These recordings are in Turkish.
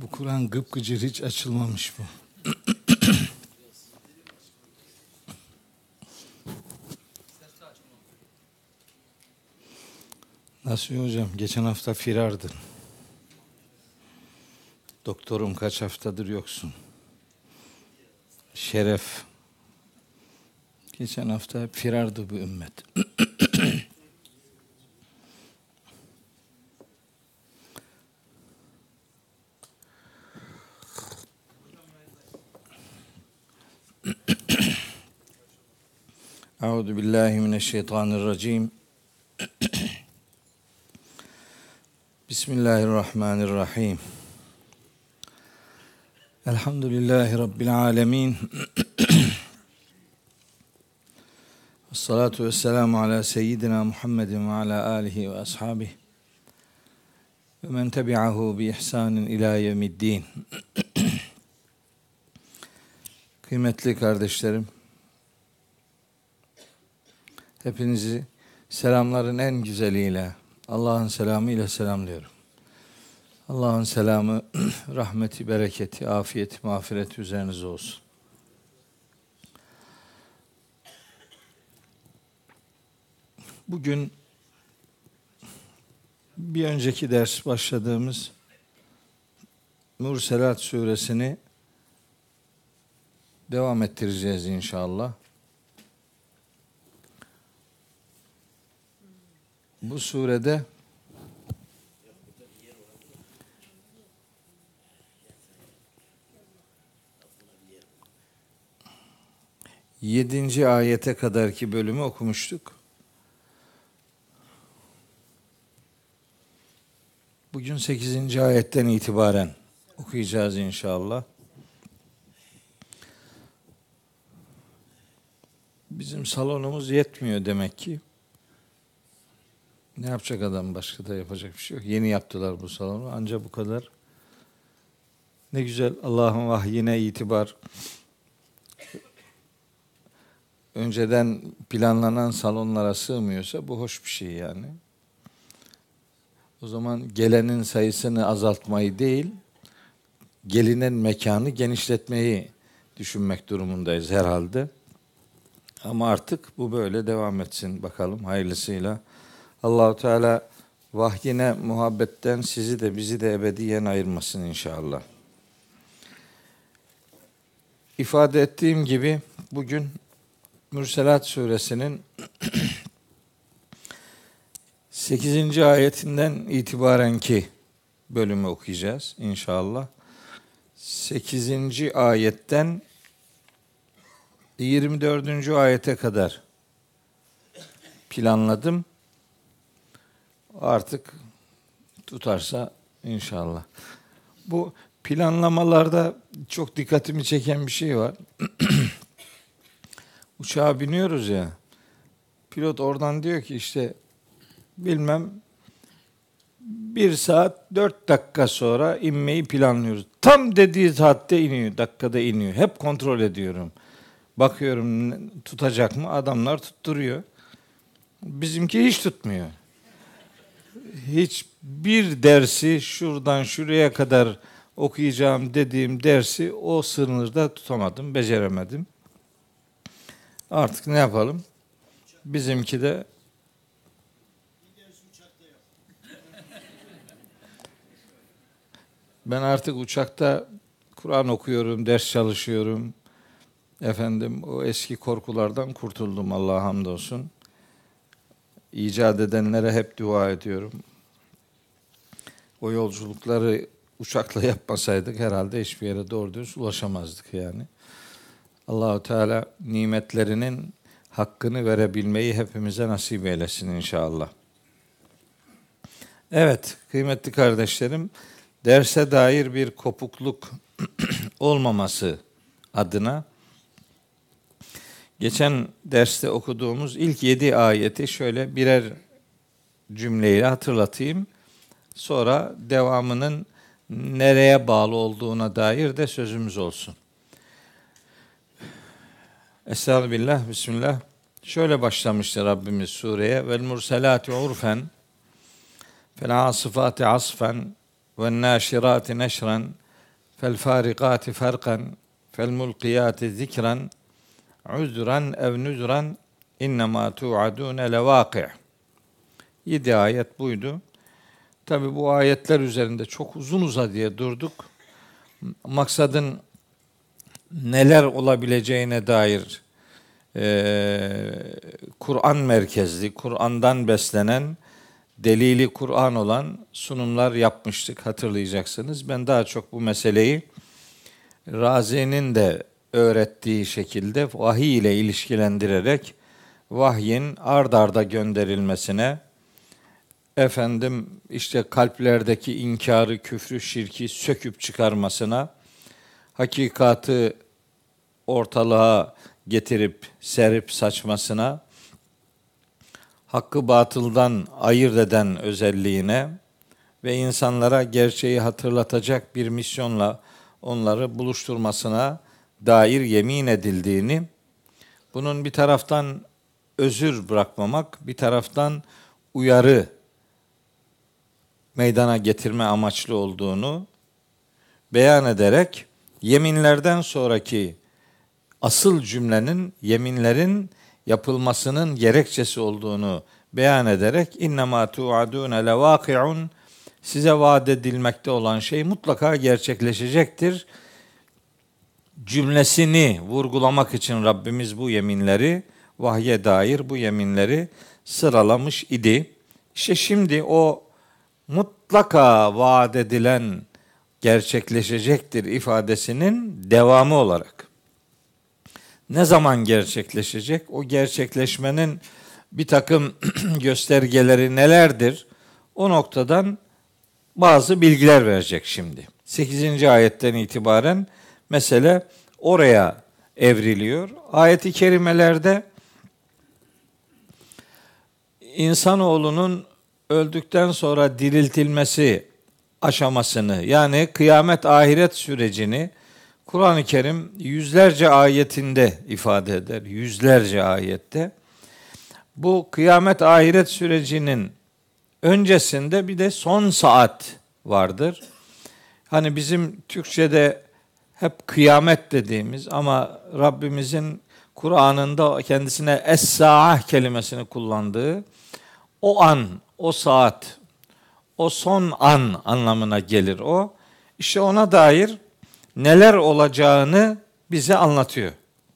Kur'an gıpgıcır hiç açılmamış bu. Nasıl hocam? Geçen hafta firardın. Doktorum kaç haftadır yoksun. Şeref. Geçen hafta hep firardı bu ümmet. Euzu billahi mineşşeytanirracim. Bismillahirrahmanirrahim. Elhamdülillahi Rabbil alemin. Esselatu vesselamu ala seyyidina Muhammedin ve ala alihi ve ashabihi ve men tebi'ahu bi ihsanin ila yevmiddin. Kıymetli kardeşlerim, hepinizi selamların en güzeliyle, Allah'ın selamıyla selamlıyorum. Allah'ın selamı, rahmeti, bereketi, afiyeti, mağfireti üzerinize olsun. Bugün bir önceki ders başladığımız Murselat suresini devam ettireceğiz inşallah. Bu surede yedinci ayete kadarki bölümü okumuştuk. Bugün 8. ayetten itibaren okuyacağız inşallah. Bizim salonumuz yetmiyor demek ki. Ne yapacak adam, başka da yapacak bir şey yok. Yeni yaptılar bu salonu, ancak bu kadar. Ne güzel, Allah'ın vahyine itibar. Önceden planlanan salonlara sığmıyorsa bu hoş bir şey yani. O zaman gelenin sayısını azaltmayı değil, gelinen mekanı genişletmeyi düşünmek durumundayız herhalde. Ama artık bu böyle devam etsin bakalım hayırlısıyla. Allah-u Teala vahyine muhabbetten sizi de bizi de ebediyen ayırmasın inşallah. İfade ettiğim gibi bugün Mürselat suresinin 8. ayetinden itibarenki bölümü okuyacağız inşallah. 8. ayetten 24. ayete kadar planladım. Artık tutarsa inşallah. Bu planlamalarda çok dikkatimi çeken bir şey var. Uçağa biniyoruz ya. Pilot oradan diyor ki işte bilmem 1 saat 4 dakika sonra inmeyi planlıyoruz. Tam dediği saatte iniyor, dakikada iniyor. Hep kontrol ediyorum. Bakıyorum tutacak mı? Adamlar tutturuyor. Bizimki hiç tutmuyor. Hiçbir dersi şuradan şuraya kadar okuyacağım dediğim dersi o sınırda tutamadım, beceremedim. Artık ne yapalım? Bizimki de ben artık uçakta Kur'an okuyorum, ders çalışıyorum. Efendim o eski korkulardan kurtuldum, Allah'a hamdolsun. İcat edenlere hep dua ediyorum. O yolculukları uçakla yapmasaydık herhalde hiçbir yere doğru düz ulaşamazdık yani. Allah-u Teala nimetlerinin hakkını verebilmeyi hepimize nasip eylesin inşallah. Evet, kıymetli kardeşlerim, derse dair bir kopukluk olmaması adına geçen derste okuduğumuz ilk 7 ayeti şöyle birer cümleyle hatırlatayım. Sonra devamının nereye bağlı olduğuna dair de sözümüz olsun. Estağfirullah, bismillah. Şöyle başlamıştı Rabbimiz sureye. Vel murselati urfen fel asifati asfen ven naşirati neşren fel farikati farkan, fel mulkiyati zikran, uzran ev nuzran, innema tu'adune levâki'. 7 ayet buydu. Tabi bu ayetler üzerinde çok uzun uzadıya durduk. Maksadın neler olabileceğine dair Kur'an merkezli, Kur'an'dan beslenen, delili Kur'an olan sunumlar yapmıştık, hatırlayacaksınız. Ben daha çok bu meseleyi Razi'nin de öğrettiği şekilde vahiy ile ilişkilendirerek vahyin ard arda gönderilmesine, işte kalplerdeki inkarı, küfrü, şirki söküp çıkarmasına, hakikatı ortalığa getirip serip saçmasına, hakkı batıldan ayırt eden özelliğine ve insanlara gerçeği hatırlatacak bir misyonla onları buluşturmasına dair yemin edildiğini, bunun bir taraftan özür bırakmamak, bir taraftan uyarı meydana getirme amaçlı olduğunu beyan ederek, yeminlerden sonraki asıl cümlenin yeminlerin yapılmasının gerekçesi olduğunu beyan ederek innema tu'adune levaki'un, size vaat edilmekte olan şey mutlaka gerçekleşecektir cümlesini vurgulamak için Rabbimiz bu yeminleri, vahye dair bu yeminleri sıralamış idi. İşte şimdi o mutlaka vaat edilen gerçekleşecektir ifadesinin devamı olarak ne zaman gerçekleşecek? O gerçekleşmenin bir takım göstergeleri nelerdir? O noktadan bazı bilgiler verecek şimdi. 8. ayetten itibaren mesele oraya evriliyor. Ayet-i kerimelerde insanoğlunun öldükten sonra diriltilmesi aşamasını, yani kıyamet ahiret sürecini Kur'an-ı Kerim yüzlerce ayetinde ifade eder. Yüzlerce ayette. Bu kıyamet ahiret sürecinin öncesinde bir de son saat vardır. Hani bizim Türkçe'de hep kıyamet dediğimiz ama Rabbimizin Kur'an'ında kendisine es-saah kelimesini kullandığı o an, o saat, o son an anlamına gelir o. İşte ona dair neler olacağını bize anlatıyor.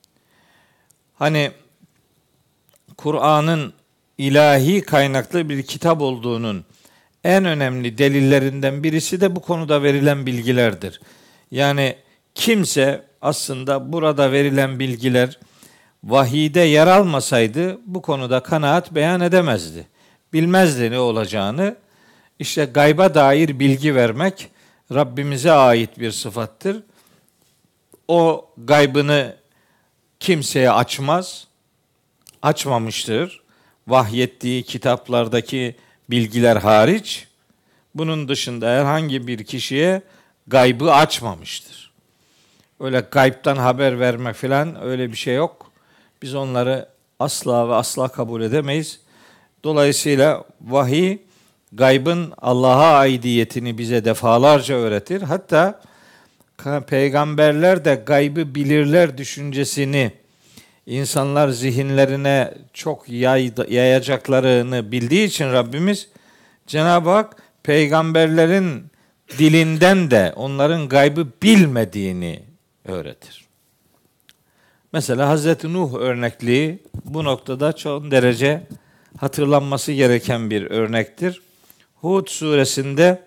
Hani Kur'an'ın ilahi kaynaklı bir kitap olduğunun en önemli delillerinden birisi de bu konuda verilen bilgilerdir. Yani kimse aslında burada verilen bilgiler vahide yer almasaydı bu konuda kanaat beyan edemezdi. Bilmezdi ne olacağını. İşte gayba dair bilgi vermek Rabbimize ait bir sıfattır. O gaybını kimseye açmaz, açmamıştır. Vahyettiği kitaplardaki bilgiler hariç, bunun dışında herhangi bir kişiye gaybı açmamıştır. Öyle gaybtan haber verme filan öyle bir şey yok. Biz onları asla ve asla kabul edemeyiz. Dolayısıyla vahiy gaybın Allah'a aidiyetini bize defalarca öğretir. Hatta peygamberler de gaybı bilirler düşüncesini insanlar zihinlerine çok yayacaklarını bildiği için Rabbimiz, Cenab-ı Hak peygamberlerin dilinden de onların gaybı bilmediğini öğretir. Mesela Hazreti Nuh örnekliği bu noktada çok derece hatırlanması gereken bir örnektir. Hud suresinde,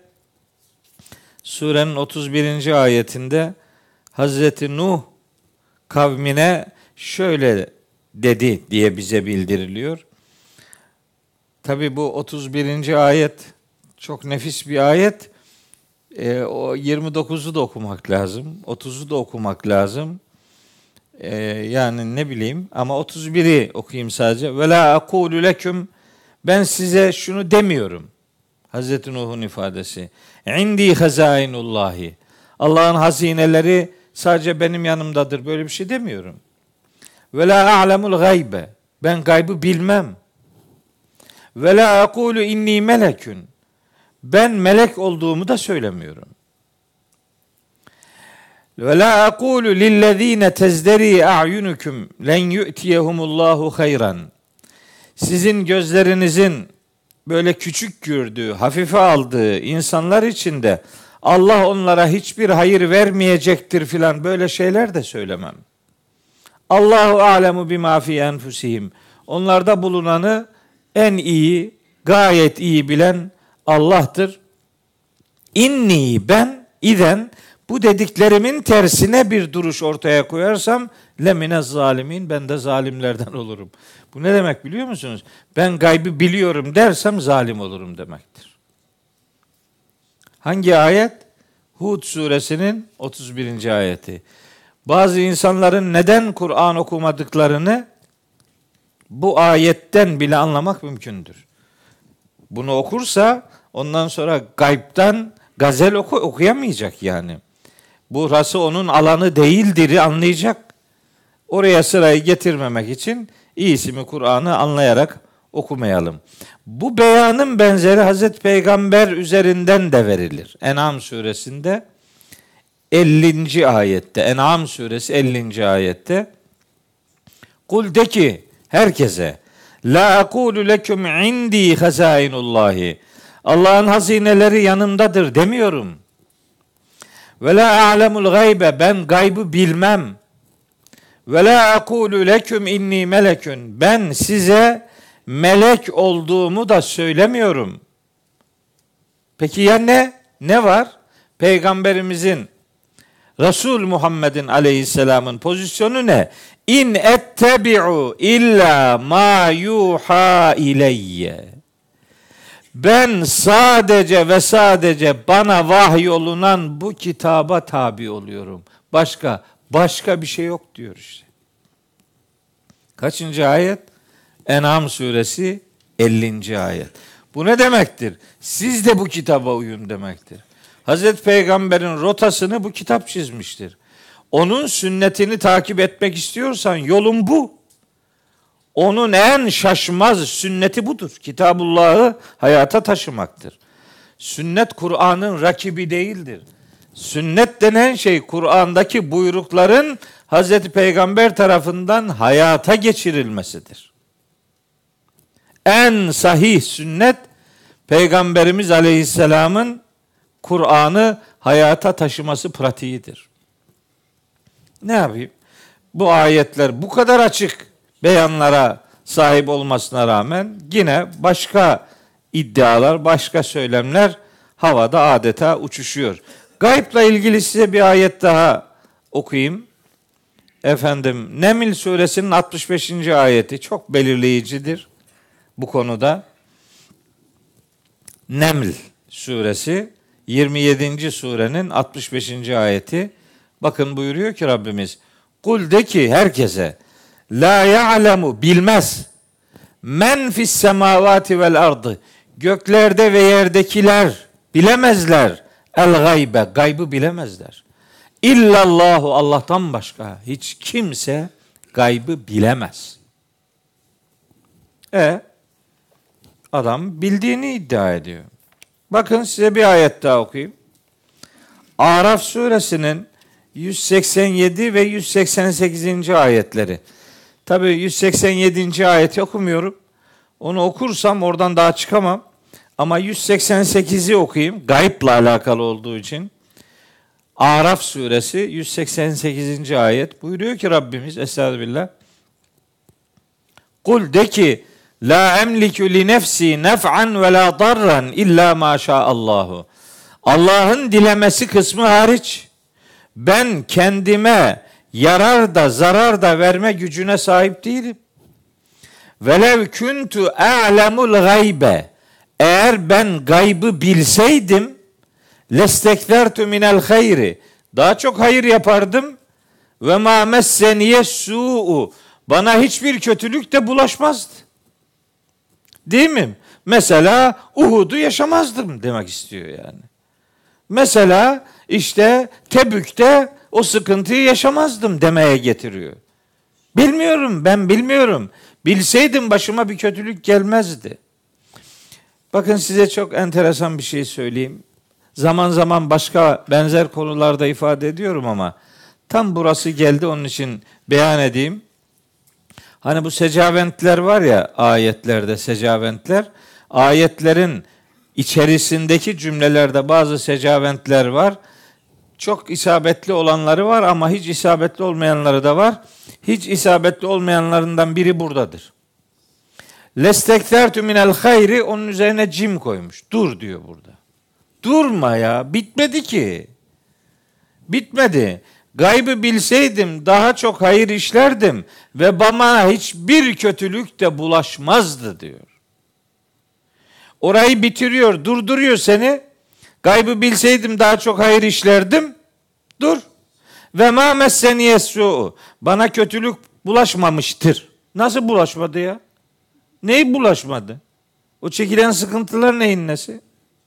surenin 31. ayetinde Hazreti Nuh kavmine şöyle dedi diye bize bildiriliyor. Tabi bu 31. ayet çok nefis bir ayet. O 29'u da okumak lazım. 30'u da okumak lazım. Yani ne bileyim ama 31'i okuyayım sadece. Ve la aqulu leküm, ben size şunu demiyorum. Hazreti Nuh'un ifadesi. İndi hazainullahi. Allah'ın hazineleri sadece benim yanımdadır. Böyle bir şey demiyorum. Ve la a'lemul gaybe. Ben gaybı bilmem. Ve la aqulu inni melekün. Ben melek olduğumu da söylemiyorum. Ve la aqulu lillezine tezderi a'yunukum len yu'tiyehumullahu hayran. Sizin gözlerinizin böyle küçük gördüğü, hafife aldığı insanlar için de Allah onlara hiçbir hayır vermeyecektir filan böyle şeyler de söylemem. Allahu alemu bima fi enfusihim. Onlarda bulunanı en iyi, gayet iyi bilen Allah'tır. İnni ben iden bu dediklerimin tersine bir duruş ortaya koyarsam lemine zalimin, ben de zalimlerden olurum. Bu ne demek biliyor musunuz? Ben gaybı biliyorum dersem zalim olurum demektir. Hangi ayet? Hud suresinin 31. ayeti. Bazı insanların neden Kur'an okumadıklarını bu ayetten bile anlamak mümkündür. Bunu okursa ondan sonra gaybtan gazel okuyamayacak yani. Burası onun alanı değildir anlayacak. Oraya sırayı getirmemek için iyisi mi Kur'an'ı anlayarak okumayalım. Bu beyanın benzeri Hazreti Peygamber üzerinden de verilir. En'am suresinde 50. ayette, En'am suresi 50. ayette kul de ki herkese la aqulu leküm indi hazainullahi, Allah'ın hazineleri yanımdadır demiyorum. Ve la a'lemul gaybe, ben gaybı bilmem. Ve la aqulu leküm inni melekün, ben size melek olduğumu da söylemiyorum. Peki ya ne? Ne var? Peygamberimizin, Resul Muhammed'in aleyhisselamın pozisyonu ne? İn ettebi'u illa ma yuha ileyye. Ben sadece ve sadece bana vahyolunan bu kitaba tabi oluyorum. Başka bir şey yok diyor işte. Kaçıncı ayet? En'am suresi 50. ayet. Bu ne demektir? Siz de bu kitaba uyun demektir. Hazreti Peygamber'in rotasını bu kitap çizmiştir. Onun sünnetini takip etmek istiyorsan yolun bu. Onun en şaşmaz sünneti budur. Kitabullah'ı hayata taşımaktır. Sünnet Kur'an'ın rakibi değildir. Sünnet denen şey Kur'an'daki buyrukların Hazreti Peygamber tarafından hayata geçirilmesidir. En sahih sünnet Peygamberimiz Aleyhisselam'ın Kur'an'ı hayata taşıması pratiğidir. Ne yapayım? Bu ayetler bu kadar açık beyanlara sahip olmasına rağmen yine başka iddialar, başka söylemler havada adeta uçuşuyor. Gaybla ilgili size bir ayet daha okuyayım. Neml suresinin 65. ayeti çok belirleyicidir bu konuda. Neml suresi 27. surenin 65. ayeti. Bakın buyuruyor ki Rabbimiz, kul de ki herkese la ya'lemu, bilmez, men fis semavati vel ardı, göklerde ve yerdekiler bilemezler, el gaybe, gaybı bilemezler. İllallahu, Allah'tan başka hiç kimse gaybı bilemez. Adam bildiğini iddia ediyor. Bakın size bir ayet daha okuyayım. Araf suresinin 187 ve 188. ayetleri. Tabii 187. ayeti okumuyorum. Onu okursam oradan daha çıkamam. Ama 188'i okuyayım. Gayipla alakalı olduğu için. Araf suresi 188. ayet. Buyuruyor ki Rabbimiz, Estağfirullah. Kul de ki la emliku li nefsi nef'an ve la darran illa ma şa'allahu. Allah'ın dilemesi kısmı hariç ben kendime yarar da zarar da verme gücüne sahip değilim. Velev kuntu a'lemul gaybe, eğer ben gaybı bilseydim lestekfertu minel hayri, daha çok hayır yapardım ve ma messeniye su'u, bana hiçbir kötülük de bulaşmazdı. Değil mi? Mesela Uhud'u yaşamazdım demek istiyor yani. Mesela işte Tebük'te o sıkıntıyı yaşamazdım demeye getiriyor. Ben bilmiyorum. Bilseydim başıma bir kötülük gelmezdi. Bakın size çok enteresan bir şey söyleyeyim. Zaman zaman başka benzer konularda ifade ediyorum ama tam burası geldi, onun için beyan edeyim. Hani bu secaventler var ya, ayetlerde secaventler, ayetlerin içerisindeki cümlelerde bazı secaventler var. Çok isabetli olanları var ama hiç isabetli olmayanları da var. Hiç isabetli olmayanlarından biri buradadır. Lestektertü minel hayri, onun üzerine cim koymuş. Dur diyor burada. Durma ya, bitmedi ki. Bitmedi. Gaybı bilseydim daha çok hayır işlerdim ve bana hiçbir kötülük de bulaşmazdı diyor. Orayı bitiriyor, durduruyor seni. Gaybı bilseydim daha çok hayır işlerdim. Dur. Ve ma messeniyessu, bana kötülük bulaşmamıştır. Nasıl bulaşmadı ya? Neyi bulaşmadı? O çekilen sıkıntılar neyin nesi?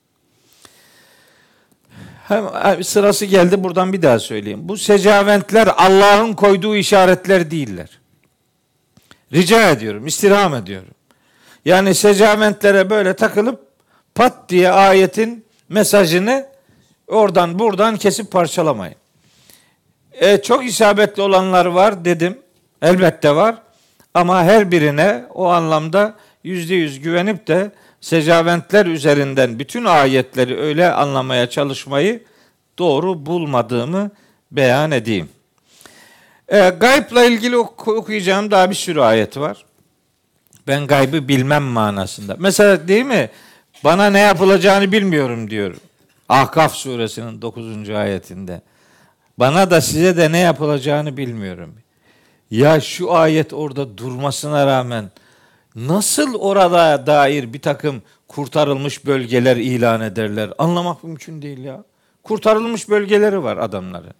Sırası geldi, buradan bir daha söyleyeyim. Bu secaventler Allah'ın koyduğu işaretler değiller. Rica ediyorum, istirham ediyorum. Yani secaventlere böyle takılıp pat diye ayetin mesajını oradan buradan kesip parçalamayın. Çok isabetli olanlar var dedim. Elbette var. Ama her birine o anlamda %100 güvenip de secaventler üzerinden bütün ayetleri öyle anlamaya çalışmayı doğru bulmadığımı beyan edeyim. Gaybla ilgili okuyacağım daha bir sürü ayet var. Ben gaybı bilmem manasında. Mesela değil mi? Bana ne yapılacağını bilmiyorum diyor. Ahkaf suresinin 9. ayetinde. Bana da size de ne yapılacağını bilmiyorum. Ya şu ayet orada durmasına rağmen nasıl orada dair bir takım kurtarılmış bölgeler ilan ederler? Anlamak mümkün değil ya. Kurtarılmış bölgeleri var adamların.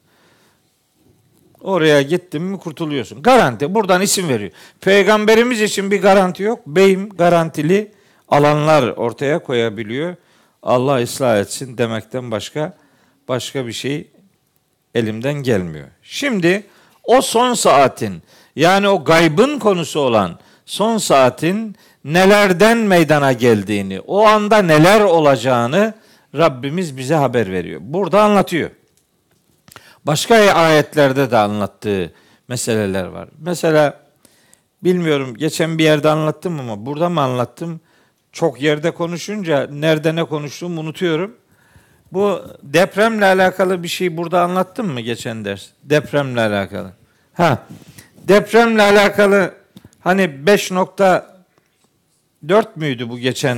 Oraya gittin mi kurtuluyorsun. Garanti. Buradan isim veriyor. Peygamberimiz için bir garanti yok. Beyim garantili alanlar ortaya koyabiliyor. Allah ıslah etsin demekten başka bir şey elimden gelmiyor. Şimdi o son saatin, yani o gaybın konusu olan son saatin nelerden meydana geldiğini, o anda neler olacağını Rabbimiz bize haber veriyor. Burada anlatıyor. Başka ayetlerde de anlattığı meseleler var. Mesela bilmiyorum, geçen bir yerde anlattım ama burada mı anlattım? Çok yerde konuşunca nerede ne konuştuğumu unutuyorum. Bu depremle alakalı bir şey burada anlattım mı geçen ders? Depremle alakalı. Depremle alakalı hani 5.4 müydü bu geçen?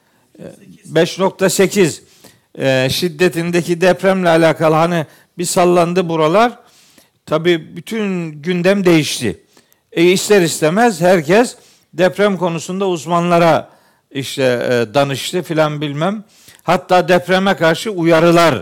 5.8 şiddetindeki depremle alakalı hani bir sallandı buralar. Tabii bütün gündem değişti. İster istemez herkes deprem konusunda uzmanlara danıştı filan bilmem. Hatta depreme karşı uyarılar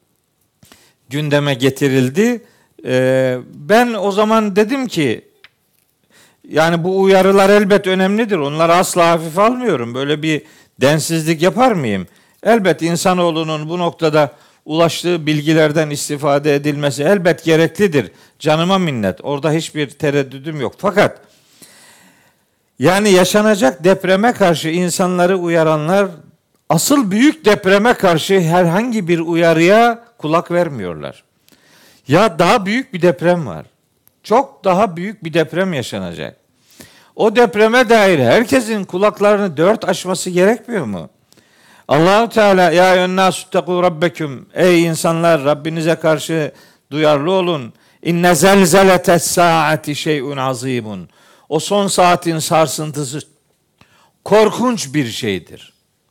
gündeme getirildi. Ben o zaman dedim ki yani bu uyarılar elbet önemlidir. Onları asla hafife almıyorum. Böyle bir densizlik yapar mıyım? Elbet insanoğlunun bu noktada ulaştığı bilgilerden istifade edilmesi elbet gereklidir. Canıma minnet. Orada hiçbir tereddüdüm yok. Fakat yani yaşanacak depreme karşı insanları uyaranlar asıl büyük depreme karşı herhangi bir uyarıya kulak vermiyorlar. Ya daha büyük bir deprem var. Çok daha büyük bir deprem yaşanacak. O depreme dair herkesin kulaklarını dört açması gerekmiyor mu? Allah-u Teala ya eyyühennâsüttekû rabbeküm, ey insanlar Rabbinize karşı duyarlı olun. İnne zelzeletes saati şey'un azîmun. O son saatin sarsıntısı korkunç bir şeydir.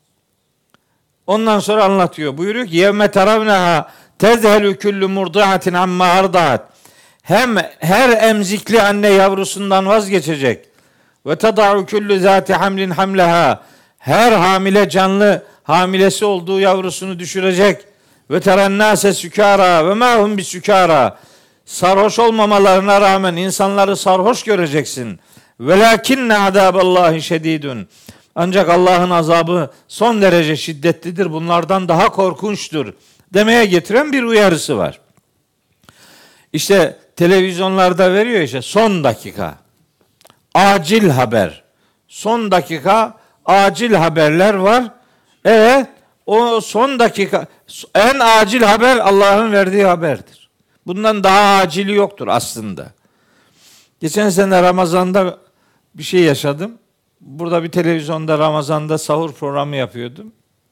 Ondan sonra anlatıyor. Buyuruyor ki yevme teravneha tezhelü küllü murdiatin amma ardaat. Hem her emzikli anne yavrusundan vazgeçecek. Ve teda'u küllü zâti hamlin hamleha. Her hamile canlı hamilesi olduğu yavrusunu düşürecek. Ve terennâse sükâra ve mâ hum bisükâra. Sarhoş olmamalarına rağmen insanları sarhoş göreceksin. Velâkinne azâballâhi şedîdun. Ancak Allah'ın azabı son derece şiddetlidir. Bunlardan daha korkunçtur demeye getiren bir uyarısı var. İşte televizyonlarda veriyor son dakika. Acil haber. Son dakika acil haberler var. Evet, O son dakika en acil haber Allah'ın verdiği haberdir. Bundan daha acili yoktur aslında. Geçen sene Ramazan'da bir şey yaşadım. Burada bir televizyonda Ramazan'da sahur programı yapıyordum.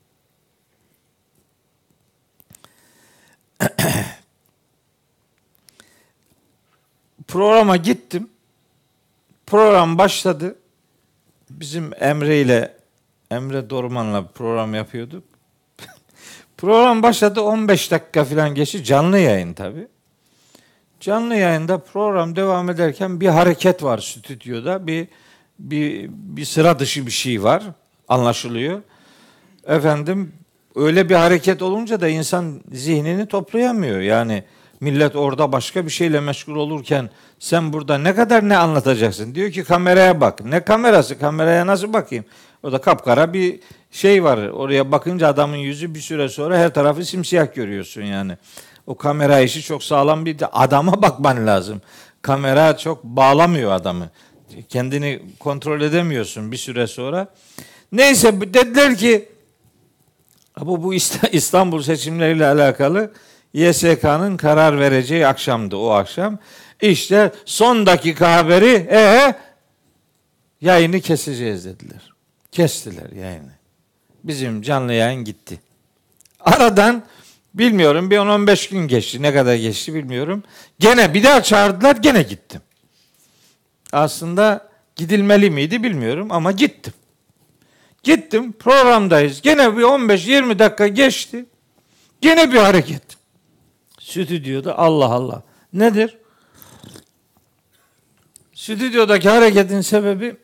Programa gittim. Program başladı. Bizim Emre Dorman'la program yapıyorduk. Program başladı, 15 dakika falan geçti. Canlı yayın tabii. Canlı yayında program devam ederken bir hareket var stüdyoda. Bir sıra dışı bir şey var. Anlaşılıyor. Efendim, öyle bir hareket olunca da insan zihnini toplayamıyor. Yani millet orada başka bir şeyle meşgul olurken sen burada ne kadar ne anlatacaksın? Diyor ki kameraya bak. Ne kamerası? Kameraya nasıl bakayım? O da kapkara bir şey var. Oraya bakınca adamın yüzü bir süre sonra her tarafı simsiyah görüyorsun yani. O kamera işi çok sağlam bir de adama bakman lazım. Kamera çok bağlamıyor adamı. Kendini kontrol edemiyorsun bir süre sonra. Neyse dediler ki bu İstanbul seçimleriyle alakalı YSK'nın karar vereceği akşamdı o akşam. İşte son dakika haberi yayını keseceğiz dediler. Kestiler yayını. Bizim canlı yayın gitti. Aradan bilmiyorum bir 10-15 gün geçti. Ne kadar geçti bilmiyorum. Gene bir daha çağırdılar, gene gittim. Aslında gidilmeli miydi bilmiyorum ama gittim. Gittim, programdayız. Gene bir 15-20 dakika geçti. Gene bir hareket. Stüdyoda Allah Allah. Nedir? Stüdyodaki hareketin sebebi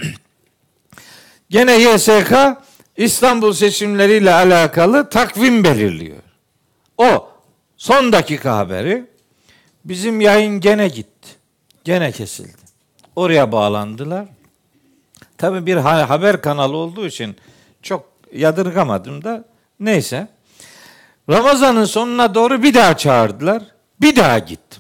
gene YSK İstanbul seçimleriyle alakalı takvim belirliyor. O son dakika haberi. Bizim yayın gene gitti. Gene kesildi. Oraya bağlandılar. Tabii bir haber kanalı olduğu için çok yadırgamadım da neyse. Ramazan'ın sonuna doğru bir daha çağırdılar. Bir daha gittim.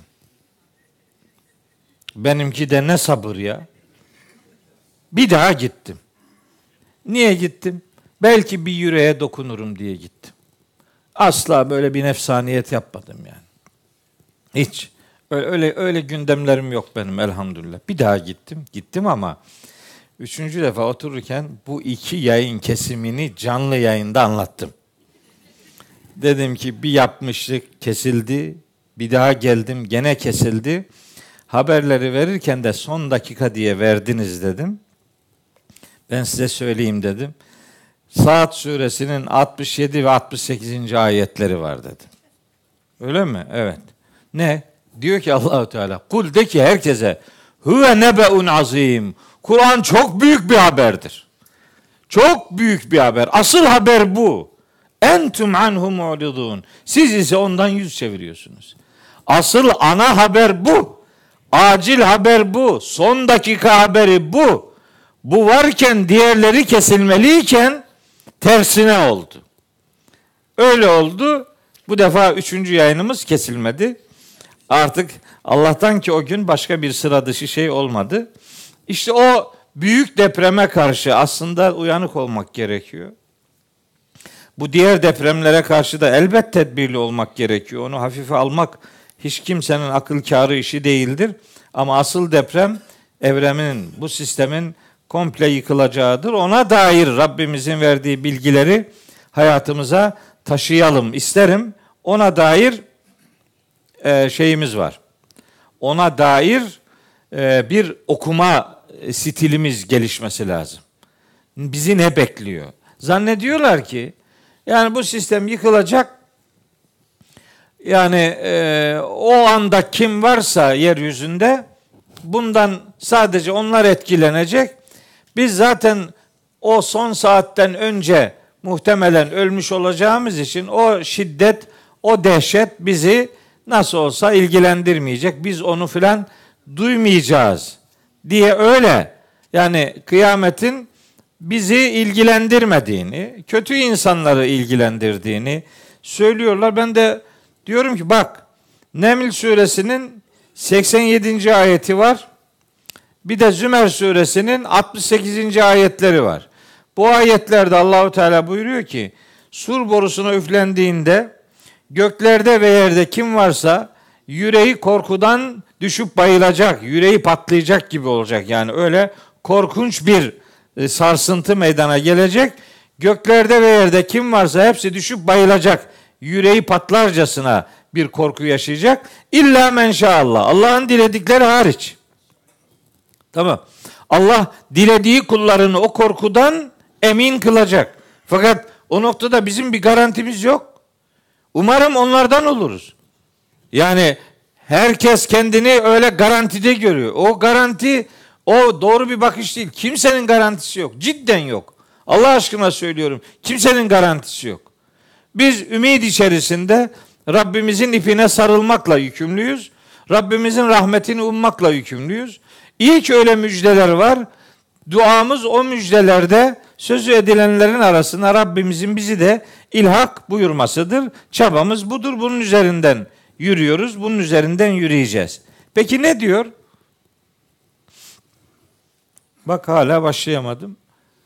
Benimki de ne sabır ya. Bir daha gittim. Niye gittim? Belki bir yüreğe dokunurum diye gittim. Asla böyle bir nefsaniyet yapmadım yani. Hiç. Öyle gündemlerim yok benim elhamdülillah. Bir daha gittim. Gittim ama 3. defa otururken bu 2 yayın kesimini canlı yayında anlattım. Dedim ki bir yapmıştık, kesildi. Bir daha geldim, gene kesildi. Haberleri verirken de son dakika diye verdiniz dedim. Ben size söyleyeyim dedim. Saat suresinin 67 ve 68. ayetleri var dedim. Öyle mi? Evet. Ne? Diyor ki Allahu Teala, kul de ki herkese, huve nebe'un azim. Kur'an çok büyük bir haberdir. Çok büyük bir haber. Asıl haber bu. Entum anhu mu'ridun. Siz ise ondan yüz çeviriyorsunuz. Asıl ana haber bu. Acil haber bu. Son dakika haberi bu. Bu varken diğerleri kesilmeliyken tersine oldu. Öyle oldu. Bu defa 3. yayınımız kesilmedi. Artık Allah'tan ki o gün başka bir sıra dışı şey olmadı. İşte o büyük depreme karşı aslında uyanık olmak gerekiyor. Bu diğer depremlere karşı da elbet tedbirli olmak gerekiyor. Onu hafife almak hiç kimsenin akıl kârı işi değildir. Ama asıl deprem evrenin, bu sistemin komple yıkılacağıdır. Ona dair Rabbimizin verdiği bilgileri hayatımıza taşıyalım isterim. Ona dair şeyimiz var. Ona dair bir okuma stilimiz gelişmesi lazım. Bizi ne bekliyor? Zannediyorlar ki yani bu sistem yıkılacak. Yani o anda kim varsa yeryüzünde bundan sadece onlar etkilenecek. Biz zaten o son saatten önce muhtemelen ölmüş olacağımız için o şiddet, o dehşet bizi nasıl olsa ilgilendirmeyecek. Biz onu filan duymayacağız diye öyle. Yani kıyametin bizi ilgilendirmediğini, kötü insanları ilgilendirdiğini söylüyorlar. Ben de diyorum ki bak, Neml suresinin 87. ayeti var. Bir de Zümer suresinin 68. ayetleri var. Bu ayetlerde Allahu Teala buyuruyor ki Sur borusuna üflendiğinde göklerde ve yerde kim varsa yüreği korkudan düşüp bayılacak, yüreği patlayacak gibi olacak. Yani öyle korkunç bir sarsıntı meydana gelecek. Göklerde ve yerde kim varsa hepsi düşüp bayılacak. Yüreği patlarcasına bir korku yaşayacak. İlla men şaallah. Allah'ın diledikleri hariç. Tamam. Allah dilediği kullarını o korkudan emin kılacak. Fakat o noktada bizim bir garantimiz yok. Umarım onlardan oluruz. Yani herkes kendini öyle garantide görüyor. O garanti, o doğru bir bakış değil. Kimsenin garantisi yok. Cidden yok. Allah aşkına söylüyorum. Kimsenin garantisi yok. Biz ümid içerisinde Rabbimizin ipine sarılmakla yükümlüyüz. Rabbimizin rahmetini ummakla yükümlüyüz. İyi ki öyle müjdeler var. Duamız o müjdelerde sözü edilenlerin arasına Rabbimizin bizi de ilhak buyurmasıdır. Çabamız budur. Bunun üzerinden yürüyoruz. Bunun üzerinden yürüyeceğiz. Peki ne diyor? Bak hala başlayamadım.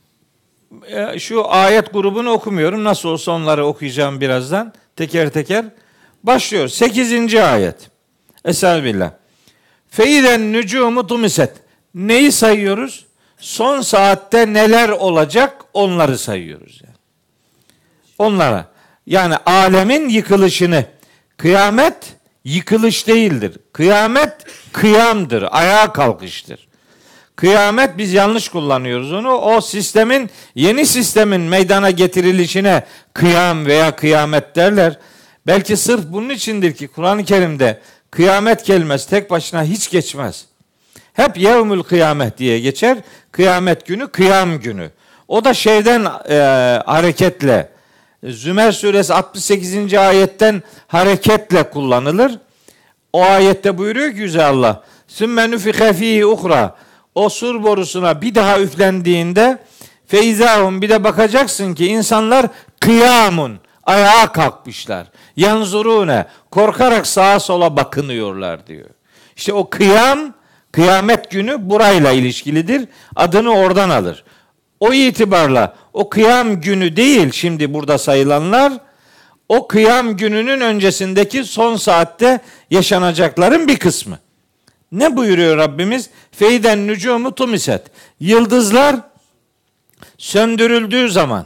Şu ayet grubunu okumuyorum. Nasıl olsa onları okuyacağım birazdan. Teker teker. Başlıyor. 8. ayet. Estağfirullah. Feiden nücumu tumiset. Neyi sayıyoruz? Son saatte neler olacak onları sayıyoruz. Yani. Onlara. Yani alemin yıkılışını. Kıyamet yıkılış değildir. Kıyamet kıyamdır. Ayağa kalkıştır. Kıyamet biz yanlış kullanıyoruz onu. O sistemin, yeni sistemin meydana getirilişine kıyam veya kıyamet derler. Belki sırf bunun içindir ki Kur'an-ı Kerim'de kıyamet kelimesi tek başına hiç geçmez. Hep yevmül kıyamet diye geçer. Kıyamet günü, kıyam günü. O da şeyden hareketle, Zümer suresi 68. ayetten hareketle kullanılır. O ayette buyuruyor ki Yüce Allah, sümme nüfike fîhî uhra. O sur borusuna bir daha üflendiğinde feizahum, bir de bakacaksın ki insanlar kıyamun, ayağa kalkmışlar. Yanzurune, korkarak sağa sola bakınıyorlar diyor. İşte o kıyam, kıyamet günü burayla ilişkilidir. Adını oradan alır. O itibarla o kıyam günü değil şimdi burada sayılanlar, o kıyam gününün öncesindeki son saatte yaşanacakların bir kısmı. Ne buyuruyor Rabbimiz? Feiden nücumu tumiset. Yıldızlar söndürüldüğü zaman,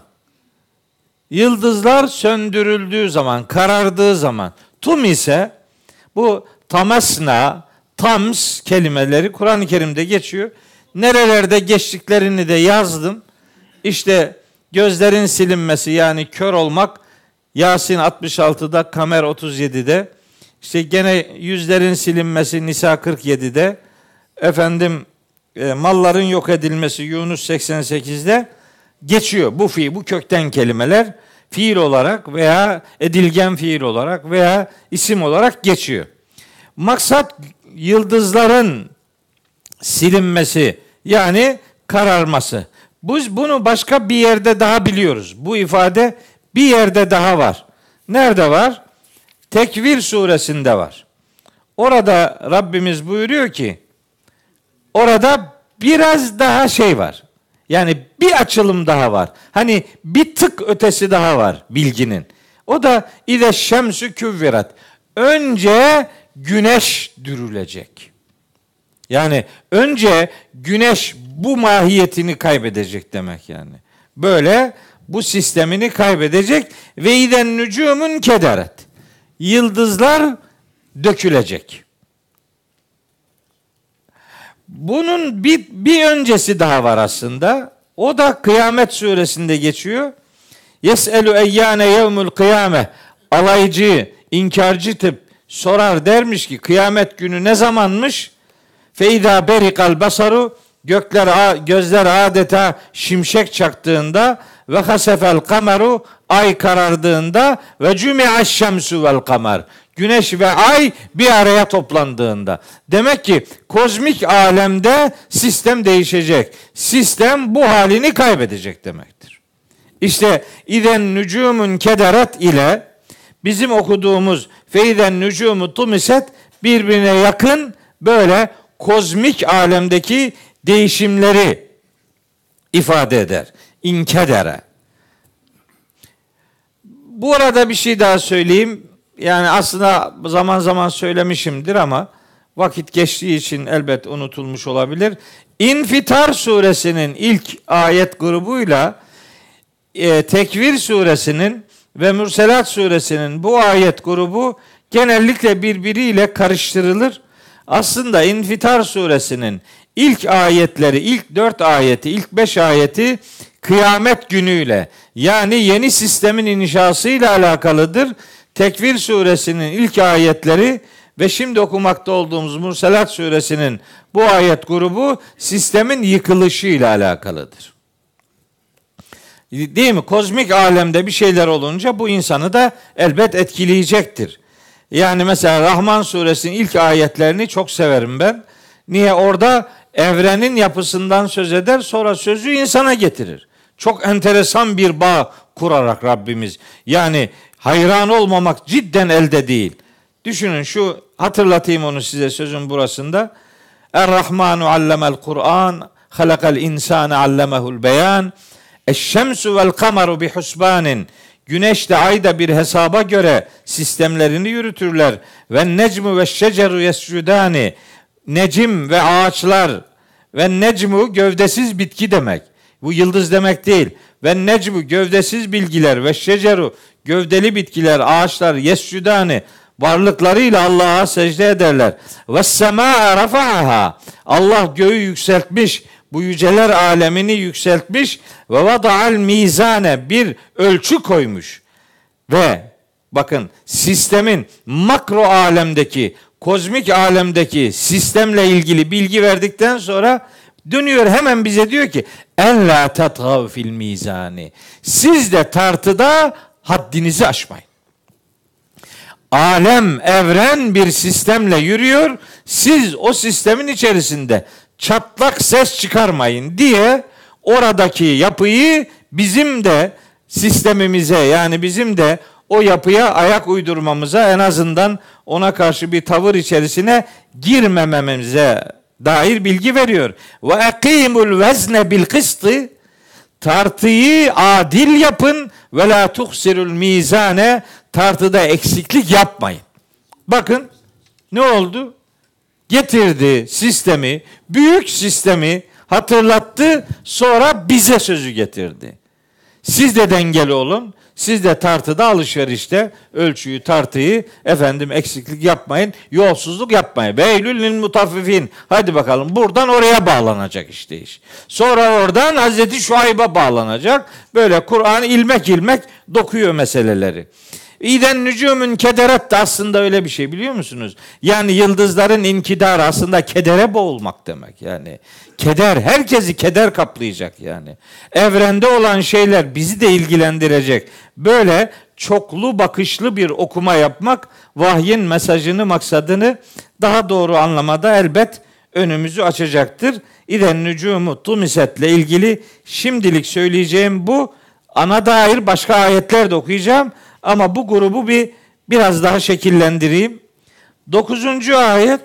yıldızlar söndürüldüğü zaman, karardığı zaman, tumise, bu tamasna, tams kelimeleri Kur'an-ı Kerim'de geçiyor. Nerelerde geçtiklerini de yazdım. İşte gözlerin silinmesi, yani kör olmak Yasin 66'da, Kamer 37'de. İşte gene yüzlerin silinmesi Nisa 47'de. Malların yok edilmesi Yunus 88'de geçiyor. Bu kökten kelimeler fiil olarak veya edilgen fiil olarak veya isim olarak geçiyor. Maksat yıldızların silinmesi, yani kararması. Biz bunu başka bir yerde daha biliyoruz. Bu ifade bir yerde daha var. Nerede var? Tekvir suresinde var. Orada Rabbimiz buyuruyor ki, orada biraz daha şey var. Yani bir açılım daha var. Hani bir tık ötesi daha var bilginin. O da İde şemsü küvvirat. Önce güneş dürülecek. Yani önce güneş bu mahiyetini kaybedecek demek yani. Böyle bu sistemini kaybedecek ve iden nücumun kederet. Yıldızlar dökülecek. Bunun bir öncesi daha var aslında. O da Kıyamet suresinde geçiyor. Yes'elu eyyâne yevmül kıyame. Alaycı, inkarcı tip sorar, dermiş ki kıyamet günü ne zamanmış? Feidâ berikal basaru, gözler adeta şimşek çaktığında, ve hasefel kameru, ay karardığında, ve cümi'aş şemsu vel kamer, güneş ve ay bir araya toplandığında. Demek ki kozmik alemde sistem değişecek. Sistem bu halini kaybedecek demektir. İşte iden nücumun kederet ile bizim okuduğumuz feiden nücumu tumiset birbirine yakın, böyle kozmik alemdeki değişimleri ifade eder. İnkedere. Bu arada bir şey daha söyleyeyim. Yani aslında zaman zaman söylemişimdir ama vakit geçtiği için elbet unutulmuş olabilir. İnfitar suresinin ilk ayet grubuyla Tekvir suresinin ve Mürselat suresinin bu ayet grubu genellikle birbiriyle karıştırılır. Aslında İnfitar suresinin ilk ayetleri, ilk 4 ayeti, ilk 5 ayeti kıyamet günüyle, yani yeni sistemin inşasıyla alakalıdır. Tekvir suresinin ilk ayetleri ve şimdi okumakta olduğumuz Mürselat suresinin bu ayet grubu sistemin yıkılışıyla alakalıdır. Değil mi? Kozmik alemde bir şeyler olunca bu insanı da elbet etkileyecektir. Yani mesela Rahman suresinin ilk ayetlerini çok severim ben. Niye? Orada evrenin yapısından söz eder, sonra sözü insana getirir. Çok enteresan bir bağ kurarak Rabbimiz. Yani hayran olmamak cidden elde değil. Düşünün, şu hatırlatayım onu size sözün burasında. Er-Rahmanu allemel Kur'an, halakal insane allemehul beyan. Eşşemsu vel kameru bi husbanin. Güneş de ay da bir hesaba göre sistemlerini yürütürler. Ve necmu ve şeceru yescudani. Necim ve ağaçlar ve necmu gövdesiz bitki demek. Bu yıldız demek değil. Ve necmu gövdesiz bilgiler ve şeceru gövdeli bitkiler, ağaçlar yescudani varlıklarıyla Allah'a secde ederler. Ve semâ rafa'aha. Allah göğü yükseltmiş. Bu yüceler alemini yükseltmiş ve vada'al mizane, bir ölçü koymuş. Ve bakın, sistemin makro alemdeki, kozmik alemdeki sistemle ilgili bilgi verdikten sonra dönüyor hemen bize diyor ki en la tatgav fil mizani. Siz de tartıda haddinizi aşmayın. Alem, evren bir sistemle yürüyor. Siz o sistemin içerisinde çatlak ses çıkarmayın diye oradaki yapıyı bizim de sistemimize, yani bizim de o yapıya ayak uydurmamıza, en azından ona karşı bir tavır içerisine girmememize dair bilgi veriyor. Ve ekimul vezne bil kıstı, tartıyı adil yapın ve la tuhsirul mizane, tartıda eksiklik yapmayın. Bakın ne oldu? Getirdi sistemi, büyük sistemi hatırlattı, sonra bize sözü getirdi. Siz de dengeli olun, siz de tartıda, alışverişte ölçüyü, tartıyı eksiklik yapmayın, yolsuzluk yapmayın. Beylül lil mutaffifin. Hadi bakalım, buradan oraya bağlanacak işte iş. Sonra oradan Hazreti Şuayb'a bağlanacak. Böyle Kur'an ilmek ilmek dokuyor meseleleri. İden nücumun kederet de aslında öyle bir şey, biliyor musunuz? Yani yıldızların inkidarı aslında kedere boğulmak demek yani. Keder, herkesi keder kaplayacak yani. Evrende olan şeyler bizi de ilgilendirecek. Böyle çoklu bakışlı bir okuma yapmak, vahyin mesajını, maksadını daha doğru anlamada elbet önümüzü açacaktır. İden nücumu tumisetle ilgili şimdilik söyleyeceğim bu. Ana dair başka ayetler de okuyacağım. Ama bu grubu biraz daha şekillendireyim. 9. ayet.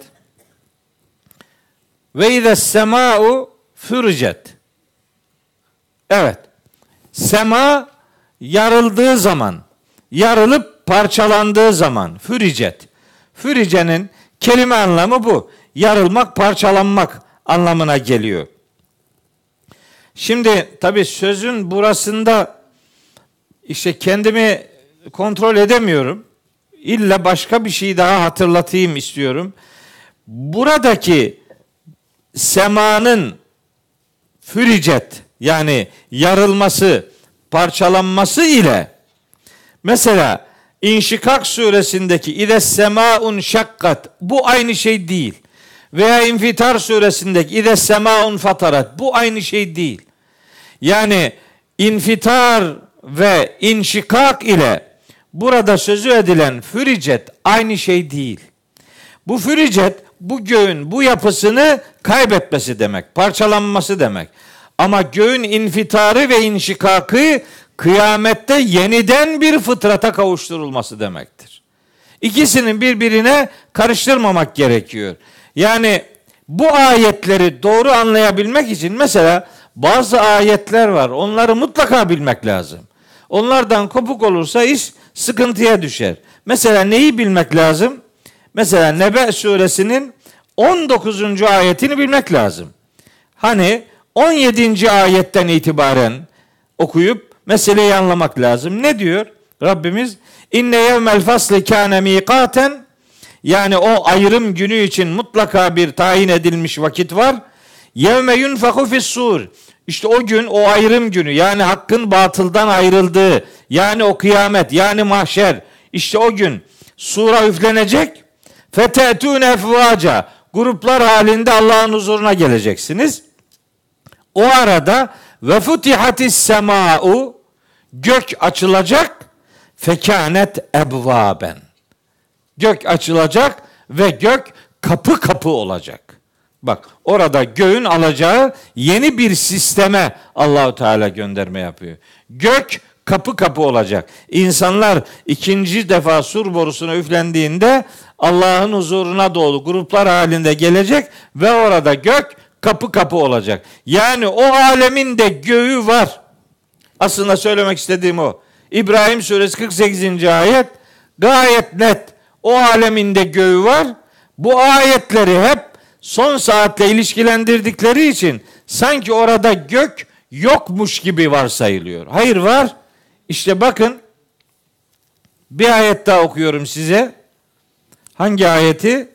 Ve ides sema'u fürcet. Evet. Sema yarıldığı zaman, yarılıp parçalandığı zaman, füricet. Füricenin kelime anlamı bu. Yarılmak, parçalanmak anlamına geliyor. Şimdi tabii sözün burasında işte kendimi kontrol edemiyorum. İlla başka bir şey daha hatırlatayım istiyorum. Buradaki semanın füricet, yani yarılması, parçalanması ile mesela İnşikak suresindeki İdes semaun şakkat, bu aynı şey değil. Veya İnfitar suresindeki İdes semaun fatarat, bu aynı şey değil. Yani infitar ve inşikak ile burada sözü edilen füricet aynı şey değil. Bu füricet, bu göğün bu yapısını kaybetmesi demek, parçalanması demek. Ama göğün infitarı ve inşikakı kıyamette yeniden bir fıtrata kavuşturulması demektir. İkisinin birbirine karıştırmamak gerekiyor. Yani bu ayetleri doğru anlayabilmek için mesela bazı ayetler var, onları mutlaka bilmek lazım. Onlardan kopuk olursa iş sıkıntıya düşer. Mesela neyi bilmek lazım? Mesela Nebe suresinin 19. ayetini bilmek lazım. Hani 17. ayetten itibaren okuyup meseleyi anlamak lazım. Ne diyor Rabbimiz? İnne yevmel fasli kâne mîkâten, yani o ayrım günü için mutlaka bir tayin edilmiş vakit var. Yevme yunfaku fis-sur. İşte o gün, o ayrım günü, yani hakkın batıldan ayrıldığı, yani o kıyamet, yani mahşer. İşte o gün sura üflenecek. Fetetûne efvâca. Gruplar halinde Allah'ın huzuruna geleceksiniz. O arada ve futihatis semâ'u, gök açılacak. Fekânet ebvâben. Gök açılacak ve gök kapı kapı olacak. Bak, orada göğün alacağı yeni bir sisteme Allahu Teala gönderme yapıyor. Gök kapı kapı olacak. İnsanlar ikinci defa sur borusuna üflendiğinde Allah'ın huzuruna doğru gruplar halinde gelecek ve orada gök kapı kapı olacak. Yani o alemin de göğü var. Aslında söylemek istediğim o. İbrahim suresi 48. ayet gayet net. O aleminde göğü var. Bu ayetleri hep son saatle ilişkilendirdikleri için sanki orada gök yokmuş gibi varsayılıyor. Hayır, var. İşte bakın, bir ayet daha okuyorum size. Hangi ayeti?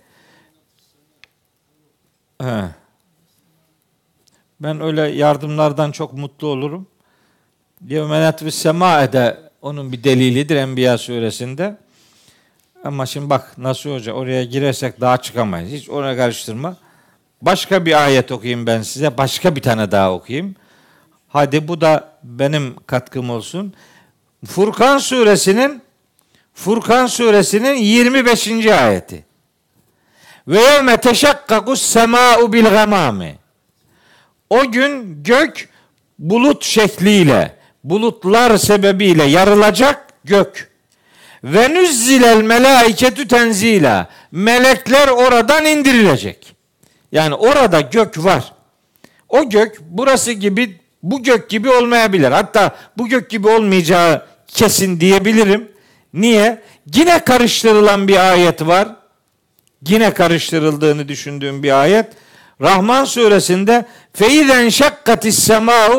Ben öyle yardımlardan çok mutlu olurum. Yevmenet ve semâ'de onun bir delilidir Enbiya suresinde. Ama şimdi bak Nasuh Hoca, oraya girersek daha çıkamayız. Hiç oraya karıştırma. Başka bir ayet okuyayım ben size. Başka bir tane daha okuyayım. Hadi bu da benim katkım olsun. Furkan suresinin 25. ayeti. Ve yevme teşakkakus semâ'u bil gamâmi. O gün gök bulut şekliyle, bulutlar sebebiyle yarılacak gök. Ve nüzzilel melâiketü tenzîlâ. Melekler oradan indirilecek. Yani orada gök var. O gök burası gibi, bu gök gibi olmayabilir. Hatta bu gök gibi olmayacağı kesin diyebilirim. Niye? Yine karıştırılan bir ayet var. Yine karıştırıldığını düşündüğüm bir ayet. Rahman suresinde feizen şakkatis semâ'u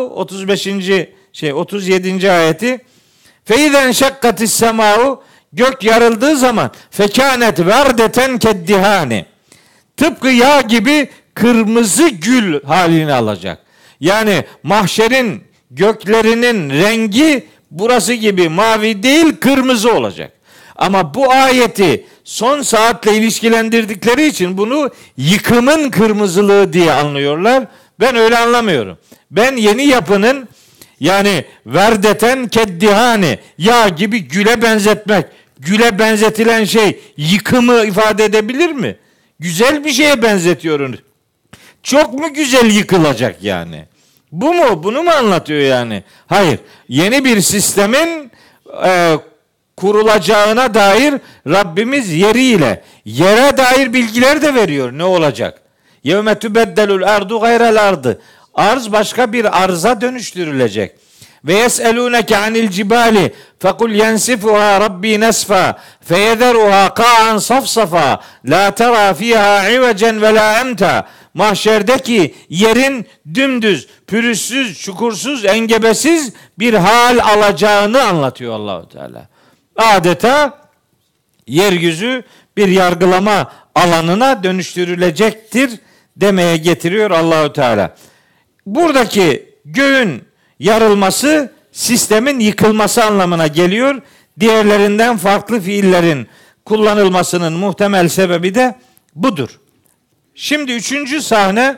37. ayeti. Feizen şakkatis semâ'u, gök yarıldığı zaman fekânet verdeten keddihâni, tıpkı yağ gibi kırmızı gül halini alacak. Yani mahşerin göklerinin rengi burası gibi mavi değil, kırmızı olacak. Ama bu ayeti son saatle ilişkilendirdikleri için bunu yıkımın kırmızılığı diye anlıyorlar. Ben öyle anlamıyorum. Ben yeni yapının, yani verdeten keddihani, yağ gibi güle benzetmek. Güle benzetilen şey yıkımı ifade edebilir mi? Güzel bir şeye benzetiyoruz. Çok mu güzel yıkılacak yani? Bu mu? Bunu mu anlatıyor yani? Hayır. Yeni bir sistemin kurulacağına dair Rabbimiz yeriyle, yere dair bilgiler de veriyor. Ne olacak? Yevme tübeddelul ardu gayrel ardı. Arz başka bir arza dönüştürülecek. Ve yes'elûneke anil cibali fekul yensifuha rabbi nesfa feyederuha ka'an safsafa la tera fiha ivecen ve la emta. Mahşerdeki yerin dümdüz, pürüzsüz, çukursuz, engebesiz bir hal alacağını anlatıyor Allahu Teala. Adeta yeryüzü bir yargılama alanına dönüştürülecektir demeye getiriyor Allahu Teala. Buradaki göğün yarılması sistemin yıkılması anlamına geliyor. Diğerlerinden farklı fiillerin kullanılmasının muhtemel sebebi de budur. Şimdi 3. sahne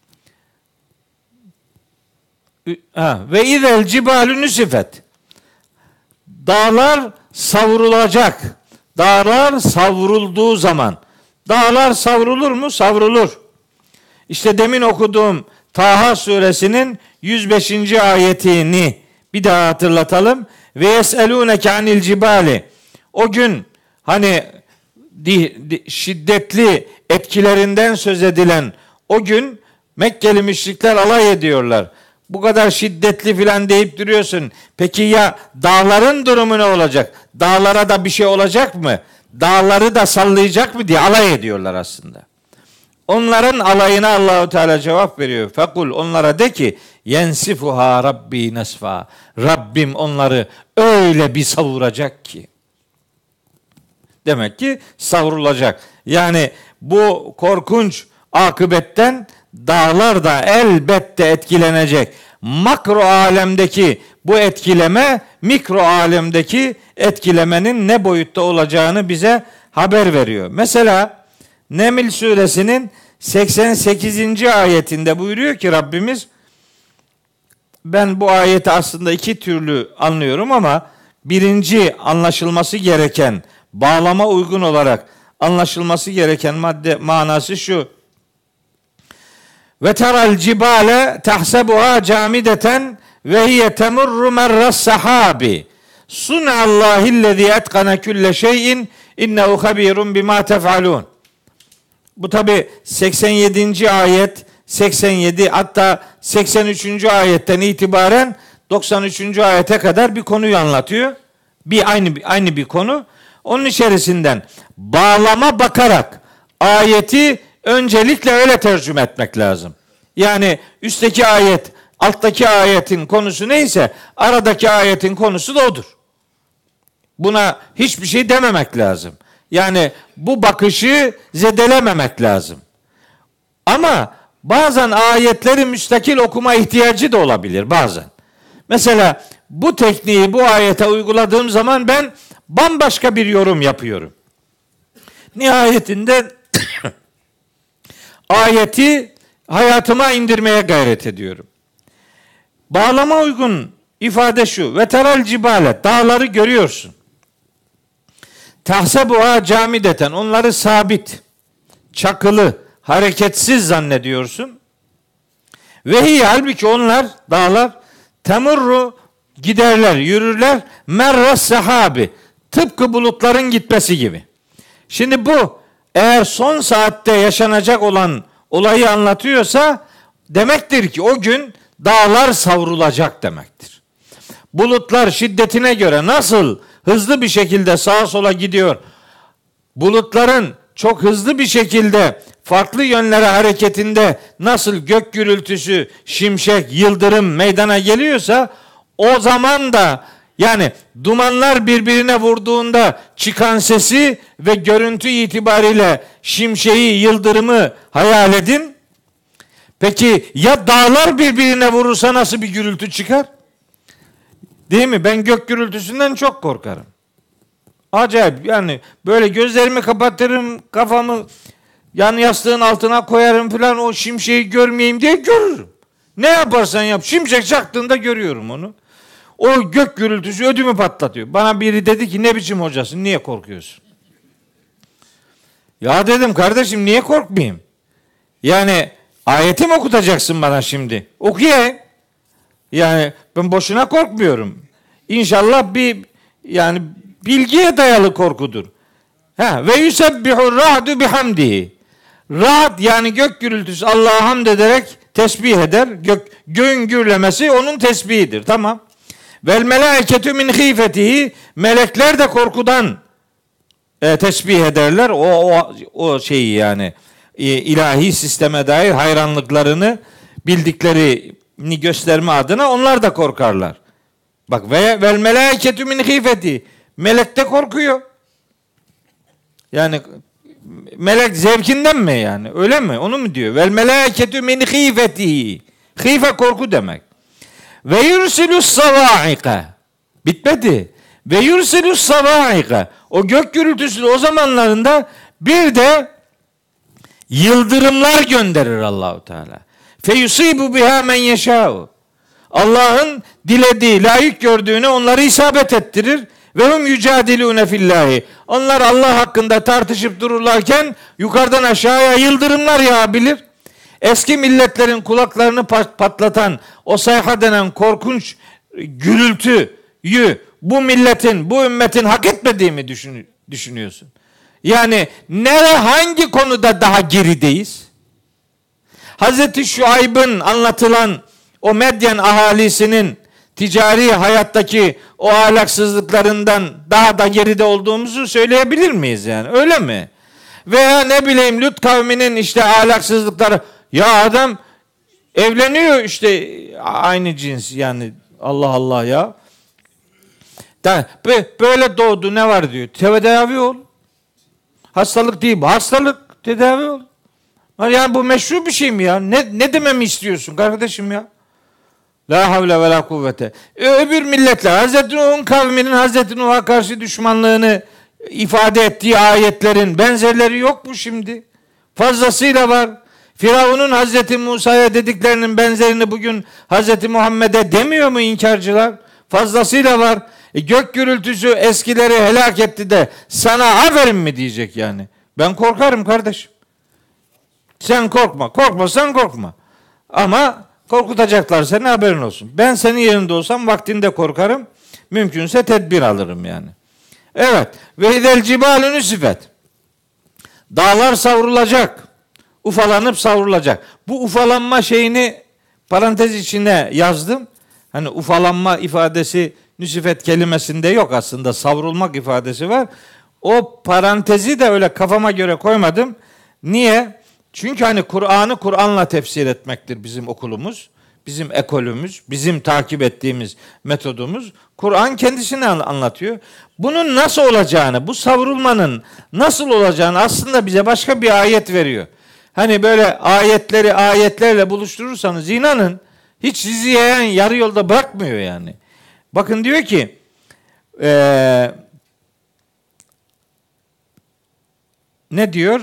ve izel cibalü nüsifet. Dağlar savrulacak. Dağlar savrulduğu zaman. Dağlar savrulur mu? Savrulur. İşte demin okuduğum Taha suresinin 105. ayetini bir daha hatırlatalım. Ve yeselûneke anil cibali. O gün hani şiddetli etkilerinden söz edilen o gün Mekkeli müşrikler alay ediyorlar. bu kadar şiddetli filan deyip duruyorsun. Peki ya dağların durumu ne olacak? Dağlara da bir şey olacak mı? Dağları da sallayacak mı diye alay ediyorlar aslında. Onların alayına Allahu Teala cevap veriyor. Fekul, onlara de ki yensifuha Rabbi nesfa. Rabbim onları öyle bir savuracak ki. Demek ki savrulacak. Yani bu korkunç akıbetten dağlar da elbette etkilenecek. Makro alemdeki bu etkileme mikro alemdeki etkilemenin ne boyutta olacağını bize haber veriyor. Mesela Neml suresinin 88. ayetinde buyuruyor ki Rabbimiz, ben bu ayeti aslında iki türlü anlıyorum ama birinci anlaşılması gereken, bağlama uygun olarak anlaşılması gereken manası şu. Ve teral cibale tahsebuha camideten ve hiye temurru merras sahabi. Sun'allahillezî etkane külle şeyin innehu habirun bima tef'alun. Bu tabi 87. ayet, 87 hatta 83. ayetten itibaren 93. ayete kadar bir konuyu anlatıyor. Aynı bir konu. Onun içerisinden bağlama bakarak ayeti öncelikle öyle tercüme etmek lazım. Yani üstteki ayet, alttaki ayetin konusu neyse aradaki ayetin konusu da odur. Buna hiçbir şey dememek lazım. Yani bu bakışı zedelememek lazım. Ama bazen ayetleri müstakil okuma ihtiyacı da olabilir bazen. Mesela bu tekniği bu ayete uyguladığım zaman ben bambaşka bir yorum yapıyorum. Nihayetinde ayeti hayatıma indirmeye gayret ediyorum. Bağlama uygun ifade şu. Ve teral cibale, dağları görüyorsun. Tahsebuha camideten, onları sabit, çakılı, hareketsiz zannediyorsun. Ve hiye, halbuki onlar, dağlar, temurru, giderler, yürürler, merras sahabi, tıpkı bulutların gitmesi gibi. Şimdi bu eğer son saatte yaşanacak olan olayı anlatıyorsa demektir ki o gün dağlar savrulacak demektir. Bulutlar şiddetine göre nasıl hızlı bir şekilde sağa sola gidiyor, bulutların çok hızlı bir şekilde farklı yönlere hareketinde nasıl gök gürültüsü, şimşek, yıldırım meydana geliyorsa o zaman da yani dumanlar birbirine vurduğunda çıkan sesi ve görüntü itibariyle şimşeği, yıldırımı hayal edin. Peki ya dağlar birbirine vurursa nasıl bir gürültü çıkar? Değil mi? Ben gök gürültüsünden çok korkarım. Acayip, yani böyle gözlerimi kapatırım, kafamı yani yastığın altına koyarım falan, o şimşeği görmeyeyim diye görürüm. Ne yaparsan yap, şimşek çaktığında görüyorum onu. O gök gürültüsü ödümü patlatıyor. Bana biri dedi ki ne biçim hocasın, niye korkuyorsun? Ya dedim kardeşim, niye korkmayayım? Yani ayeti mi okutacaksın bana şimdi? Okuyayım. Yani ben boşuna korkmuyorum. İnşallah bir yani bilgiye dayalı korkudur. Ve yusebbihur ra'du bihamdihi. Ra'd yani gök gürültüsü Allah'a hamd ederek tesbih eder. Göğün gürlemesi onun tesbihidir. Tamam. Vel melâiketu min khîfetihi. Melekler de korkudan tesbih ederler. O şeyi yani ilahi sisteme dair hayranlıklarını bildiklerini gösterme adına onlar da korkarlar. Bak, ve vel melâiketu min khîfetihi. Melek de korkuyor. Yani melek zevkinden mi yani? Öyle mi? Onu mu diyor? Vel melâiketu min khîfetihi. Khîfe korku demek. Ve yursilus savâike. Bitmedi. Ve yursilus savâike. O gök gürültüsü o zamanlarında bir de yıldırımlar gönderir Allahu Teala. Fe yusibu biha men yeşâ'u. Allah'ın dilediği, layık gördüğüne onları isabet ettirir. Ve hum yücadilûne fillâhi. Onlar Allah hakkında tartışıp dururlarken yukarıdan aşağıya yıldırımlar yağabilir. Eski milletlerin kulaklarını patlatan o sayha denen korkunç gürültüyü bu milletin, bu ümmetin hak etmediğimi düşünüyorsun. Yani hangi konuda daha gerideyiz? Hazreti Şuayb'ın anlatılan o Medyen ahalisinin ticari hayattaki o ahlaksızlıklarından daha da geride olduğumuzu söyleyebilir miyiz yani? Öyle mi? Veya ne bileyim Lut kavminin işte ahlaksızlıkları. Ya adam evleniyor işte aynı cins yani, Allah Allah ya. Böyle doğdu, ne var diyor. Tedavi ol. Hastalık değil bu. Hastalık, tedavi ol. Yani bu meşru bir şey mi ya? Ne dememi istiyorsun kardeşim ya? La havle ve la kuvvete. Öbür milletler, Hazreti Nuh'un kavminin Hazreti Nuh'a karşı düşmanlığını ifade ettiği ayetlerin benzerleri yok mu şimdi? Fazlasıyla var. Firavun'un Hazreti Musa'ya dediklerinin benzerini bugün Hazreti Muhammed'e demiyor mu inkarcılar? Fazlasıyla var. Gök gürültüsü eskileri helak etti de sana aferin mi diyecek yani? Ben korkarım kardeşim. Sen korkma. Korkmasan korkma. Ama korkutacaklar seni, haberin olsun. Ben senin yerinde olsam vaktinde korkarım. Mümkünse tedbir alırım yani. Evet. Ve idel cibalü nüsifet. Dağlar savrulacak. Ufalanıp savrulacak. Bu ufalanma şeyini parantez içine yazdım. Hani ufalanma ifadesi nüsifet kelimesinde yok aslında. Savrulmak ifadesi var. O parantezi de öyle kafama göre koymadım. Niye? Çünkü hani Kur'an'ı Kur'an'la tefsir etmektir bizim okulumuz. Bizim ekolümüz, bizim takip ettiğimiz metodumuz. Kur'an kendisini anlatıyor. Bunun nasıl olacağını, bu savrulmanın nasıl olacağını aslında bize başka bir ayet veriyor. Hani böyle ayetleri ayetlerle buluşturursanız inanın hiç sizi yayan yarı yolda bırakmıyor yani. Bakın diyor ki ne diyor?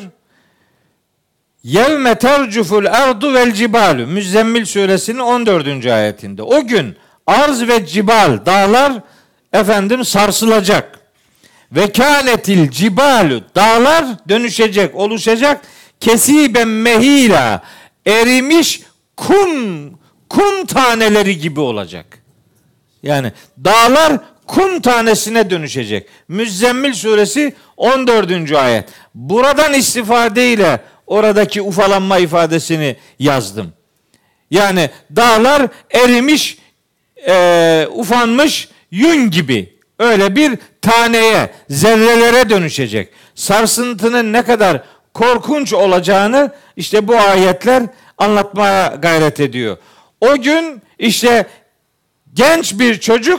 Yevme tercuful ardu vel cibalu. Müzzemmil suresinin 14. ayetinde. O gün arz ve cibal, dağlar sarsılacak. Ve kânetil cibalu, dağlar dönüşecek, oluşacak. Kesiben mehila, erimiş kum taneleri gibi olacak. Yani dağlar kum tanesine dönüşecek. Müzzemmil suresi 14. ayet. Buradan istifadeyle oradaki ufalanma ifadesini yazdım. Yani dağlar erimiş, ufanmış yün gibi öyle bir taneye, zerrelere dönüşecek. Sarsıntının ne kadar korkunç olacağını işte bu ayetler anlatmaya gayret ediyor. O gün işte genç bir çocuk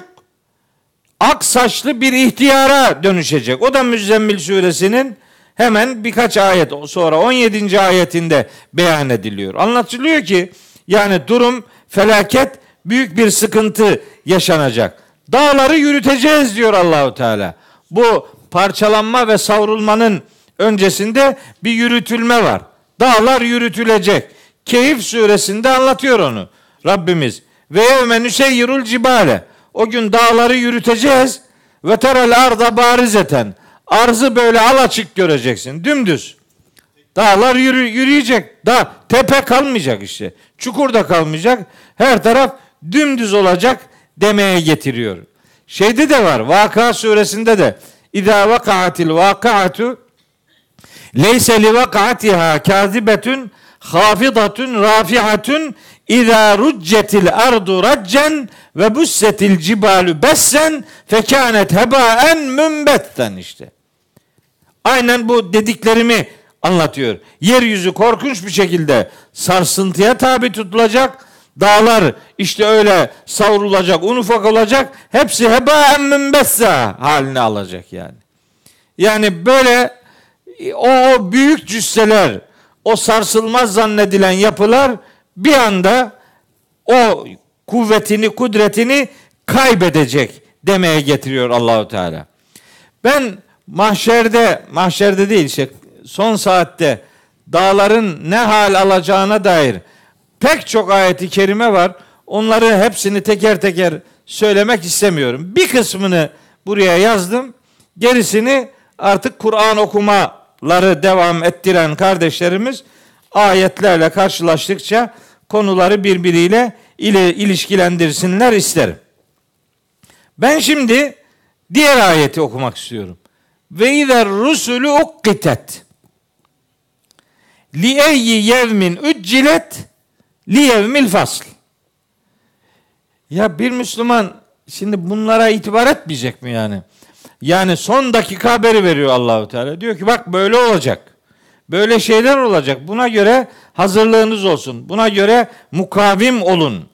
ak saçlı bir ihtiyara dönüşecek. O da Müzzemmil suresinin hemen birkaç ayet sonra 17. ayetinde beyan ediliyor. Anlatılıyor ki yani durum, felaket, büyük bir sıkıntı yaşanacak. Dağları yürüteceğiz diyor Allahu Teala. Bu parçalanma ve savrulmanın öncesinde bir yürütülme var. Dağlar yürütülecek. Kehf suresinde anlatıyor onu Rabbimiz. Ve yevme nüseyyirul cibale. O gün dağları yürüteceğiz. Ve terel arda barizeten. Arzı böyle alaçık göreceksin. Dümdüz. Dağlar yürüyecek. Tepe kalmayacak işte. Çukur da kalmayacak. Her taraf dümdüz olacak demeye getiriyor. Şeyde de var. Vakıa suresinde de İzâ vaka'atil vaka'atu leyse li vaka'atiha kâzibetun hâfidatun rafi'atun İzâ ruccetil ardu raccen ve bussetil cibalu bessen fekânet hebâen münbetten işte. Aynen bu dediklerimi anlatıyor. Yeryüzü korkunç bir şekilde sarsıntıya tabi tutulacak. Dağlar işte öyle savrulacak, un ufak olacak. Hepsi hebâen münbessa halini alacak yani. Yani böyle o büyük cüsseler, o sarsılmaz zannedilen yapılar bir anda o kuvvetini, kudretini kaybedecek demeye getiriyor Allahu Teala. Ben mahşerde değil işte son saatte dağların ne hal alacağına dair pek çok ayeti kerime var. Onları hepsini teker teker söylemek istemiyorum. Bir kısmını buraya yazdım. Gerisini artık Kur'an okumaları devam ettiren kardeşlerimiz ayetlerle karşılaştıkça konuları birbiriyle ilişkilendirsinler isterim. Ben şimdi diğer ayeti okumak istiyorum. Ve izer rusulü ukkitet li eyyi yevmin uccilet li yevmil fasl. Ya bir Müslüman şimdi bunlara itibar etmeyecek mi yani? Yani son dakika haberi veriyor Allahu Teala. Diyor ki bak böyle olacak. Böyle şeyler olacak. Buna göre hazırlığınız olsun. Buna göre mukavim olun.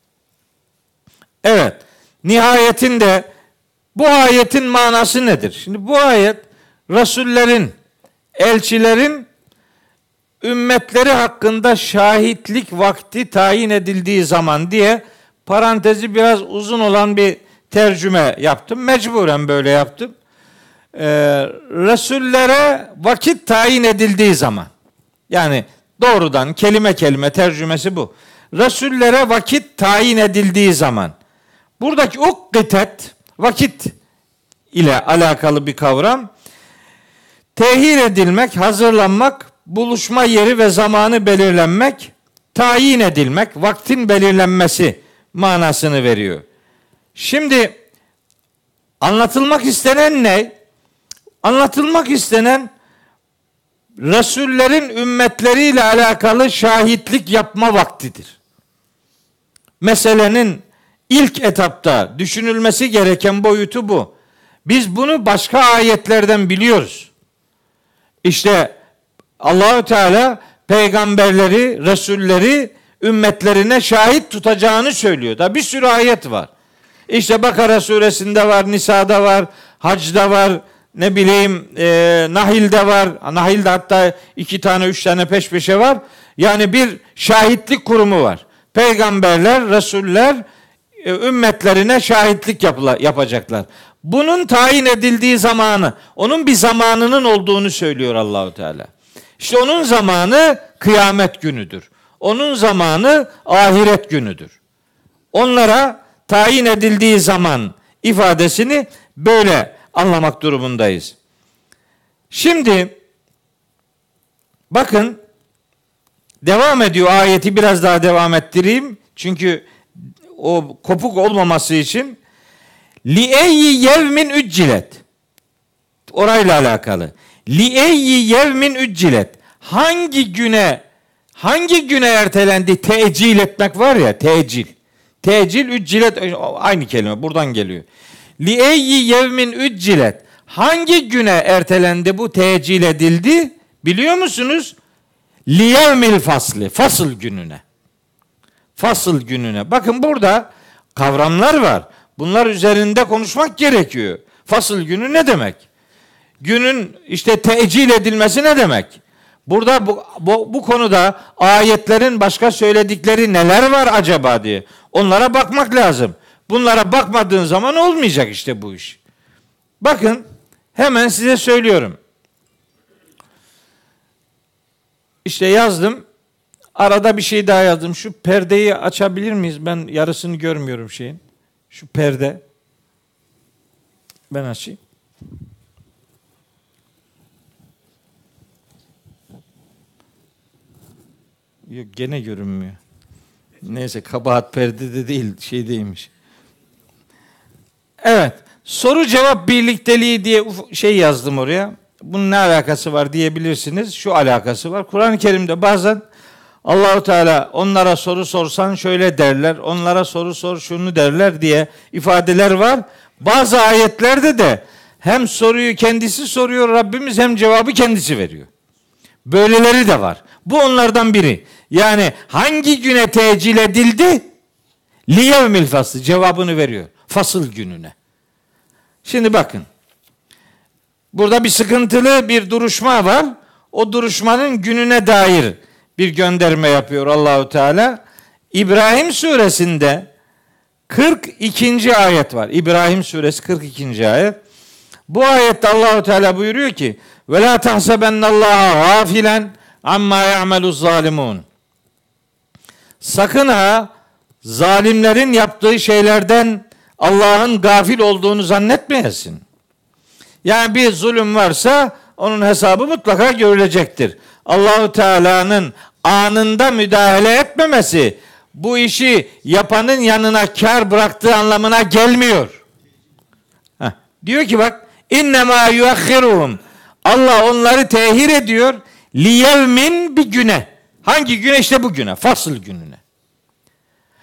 Evet. Nihayetinde bu ayetin manası nedir? Şimdi bu ayet Resullerin, elçilerin ümmetleri hakkında şahitlik vakti tayin edildiği zaman diye parantezi biraz uzun olan bir tercüme yaptım. Mecburen böyle yaptım. Resullere vakit tayin edildiği zaman, yani doğrudan kelime kelime tercümesi bu. Resullere vakit tayin edildiği zaman, buradaki ukkitet, vakit ile alakalı bir kavram. Tehir edilmek, hazırlanmak, buluşma yeri ve zamanı belirlenmek, tayin edilmek, vaktin belirlenmesi manasını veriyor. Şimdi anlatılmak istenen ne? Anlatılmak istenen Resullerin ümmetleriyle alakalı şahitlik yapma vaktidir. Meselenin ilk etapta düşünülmesi gereken boyutu bu. Biz bunu başka ayetlerden biliyoruz. İşte Allahü Teala peygamberleri, resulleri ümmetlerine şahit tutacağını söylüyor. Da bir sürü ayet var. İşte Bakara suresinde var, Nisa'da var, Hac'da var, ne bileyim Nahil'de var. Nahil'de hatta 2 tane 3 tane peş peşe var. Yani bir şahitlik kurumu var. Peygamberler, resuller ümmetlerine şahitlik yapacaklar. Bunun tayin edildiği zamanı, onun bir zamanının olduğunu söylüyor Allahu Teala. İşte onun zamanı kıyamet günüdür. Onun zamanı ahiret günüdür. Onlara tayin edildiği zaman ifadesini böyle anlamak durumundayız. Şimdi bakın devam ediyor, ayeti biraz daha devam ettireyim. Çünkü o kopuk olmaması için li eyyi yevmin üccilet, orayla alakalı. Li eyyi yevmin üccilet, hangi güne ertelendi? Tecil etmek var ya, tecil. Tecil, üccilet aynı kelime, buradan geliyor. Li eyyi yevmin üccilet, hangi güne ertelendi, bu tecil edildi? Biliyor musunuz? Li yevmil fasli, fasıl gününe. Fasıl gününe. Bakın burada kavramlar var. Bunlar üzerinde konuşmak gerekiyor. Fasıl günü ne demek? Günün işte tecil edilmesi ne demek? Burada bu konuda ayetlerin başka söyledikleri neler var acaba diye. Onlara bakmak lazım. Bunlara bakmadığın zaman olmayacak işte bu iş. Bakın hemen size söylüyorum. İşte yazdım. Arada bir şey daha yazdım. Şu perdeyi açabilir miyiz? Ben yarısını görmüyorum şeyin. Şu perde. Ben açayım. Yok, gene görünmüyor. Neyse, kabahat perdede değil, şeydeymiş. Evet. Soru cevap birlikteliği diye şey yazdım oraya. Bunun ne alakası var diyebilirsiniz. Şu alakası var. Kur'an-ı Kerim'de bazen Allahu Teala onlara soru sorsan şöyle derler, onlara soru sor şunu derler diye ifadeler var. Bazı ayetlerde de hem soruyu kendisi soruyor Rabbimiz, hem cevabı kendisi veriyor. Böyleleri de var. Bu onlardan biri. Yani hangi güne tecil edildi? Liyevmil faslı cevabını veriyor. Fasıl gününe. Şimdi bakın. Burada bir sıkıntılı bir duruşma var. O duruşmanın gününe dair bir gönderme yapıyor Allahu Teala. İbrahim suresinde 42. ayet var. İbrahim suresi 42. ayet. Bu ayette Allahu Teala buyuruyor ki: "Ve la tahsebennallaha gafilen amma ya'meluz zalimun." Sakın ha zalimlerin yaptığı şeylerden Allah'ın gafil olduğunu zannetmeyesin. Yani bir zulüm varsa onun hesabı mutlaka görülecektir. Allahu Teala'nın anında müdahale etmemesi bu işi yapanın yanına kar bıraktığı anlamına gelmiyor. Diyor ki bak, innema yuakhiruhum, Allah onları tehir ediyor liyevmin, bir güne. Hangi güne? İşte bu güne, fasıl gününe.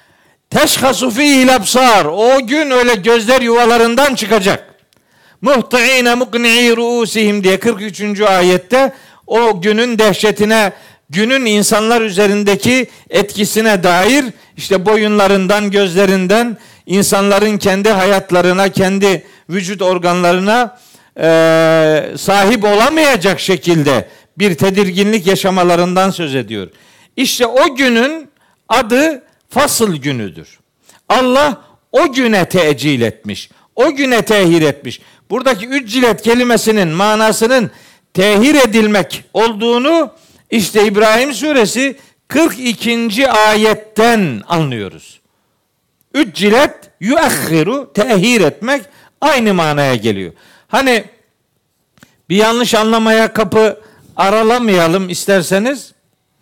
Teşhasu fihil absar. O gün öyle gözler yuvalarından çıkacak. Muhti'ine mukni'i ruusihim diye 43. ayette o günün dehşetine, günün insanlar üzerindeki etkisine dair işte boyunlarından, gözlerinden, insanların kendi hayatlarına, kendi vücut organlarına sahip olamayacak şekilde bir tedirginlik yaşamalarından söz ediyor. İşte o günün adı fasıl günüdür. Allah o güne tecil etmiş. O güne tehir etmiş. Buradaki üccilet kelimesinin manasının tehir edilmek olduğunu işte İbrahim suresi 42. ayetten anlıyoruz. Üccilet yuakhiru, tehir etmek aynı manaya geliyor. Hani bir yanlış anlamaya kapı aralamayalım isterseniz.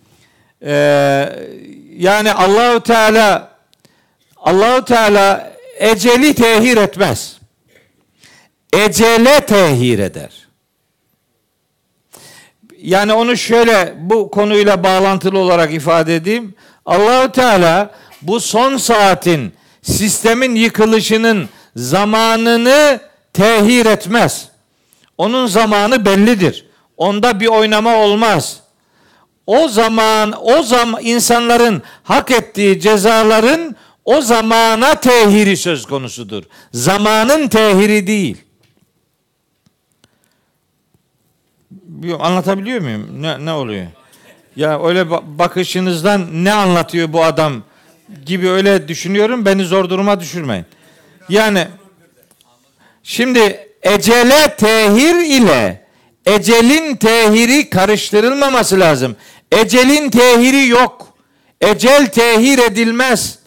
Yani Allahu Teala eceli tehir etmez. Ecele tehir eder. Yani onu şöyle bu konuyla bağlantılı olarak ifade edeyim. Allahu Teala bu son saatin, sistemin yıkılışının zamanını tehir etmez. Onun zamanı bellidir. Onda bir oynama olmaz. O zaman insanların hak ettiği cezaların o zamana tehiri söz konusudur. Zamanın tehiri değil. Anlatabiliyor muyum? Ne oluyor? Ya öyle bakışınızdan ne anlatıyor bu adam gibi öyle düşünüyorum. Beni zor duruma düşürmeyin. Yani şimdi ecele tehir ile ecelin tehiri karıştırılmaması lazım. Ecelin tehiri yok. Ecel tehir edilmez.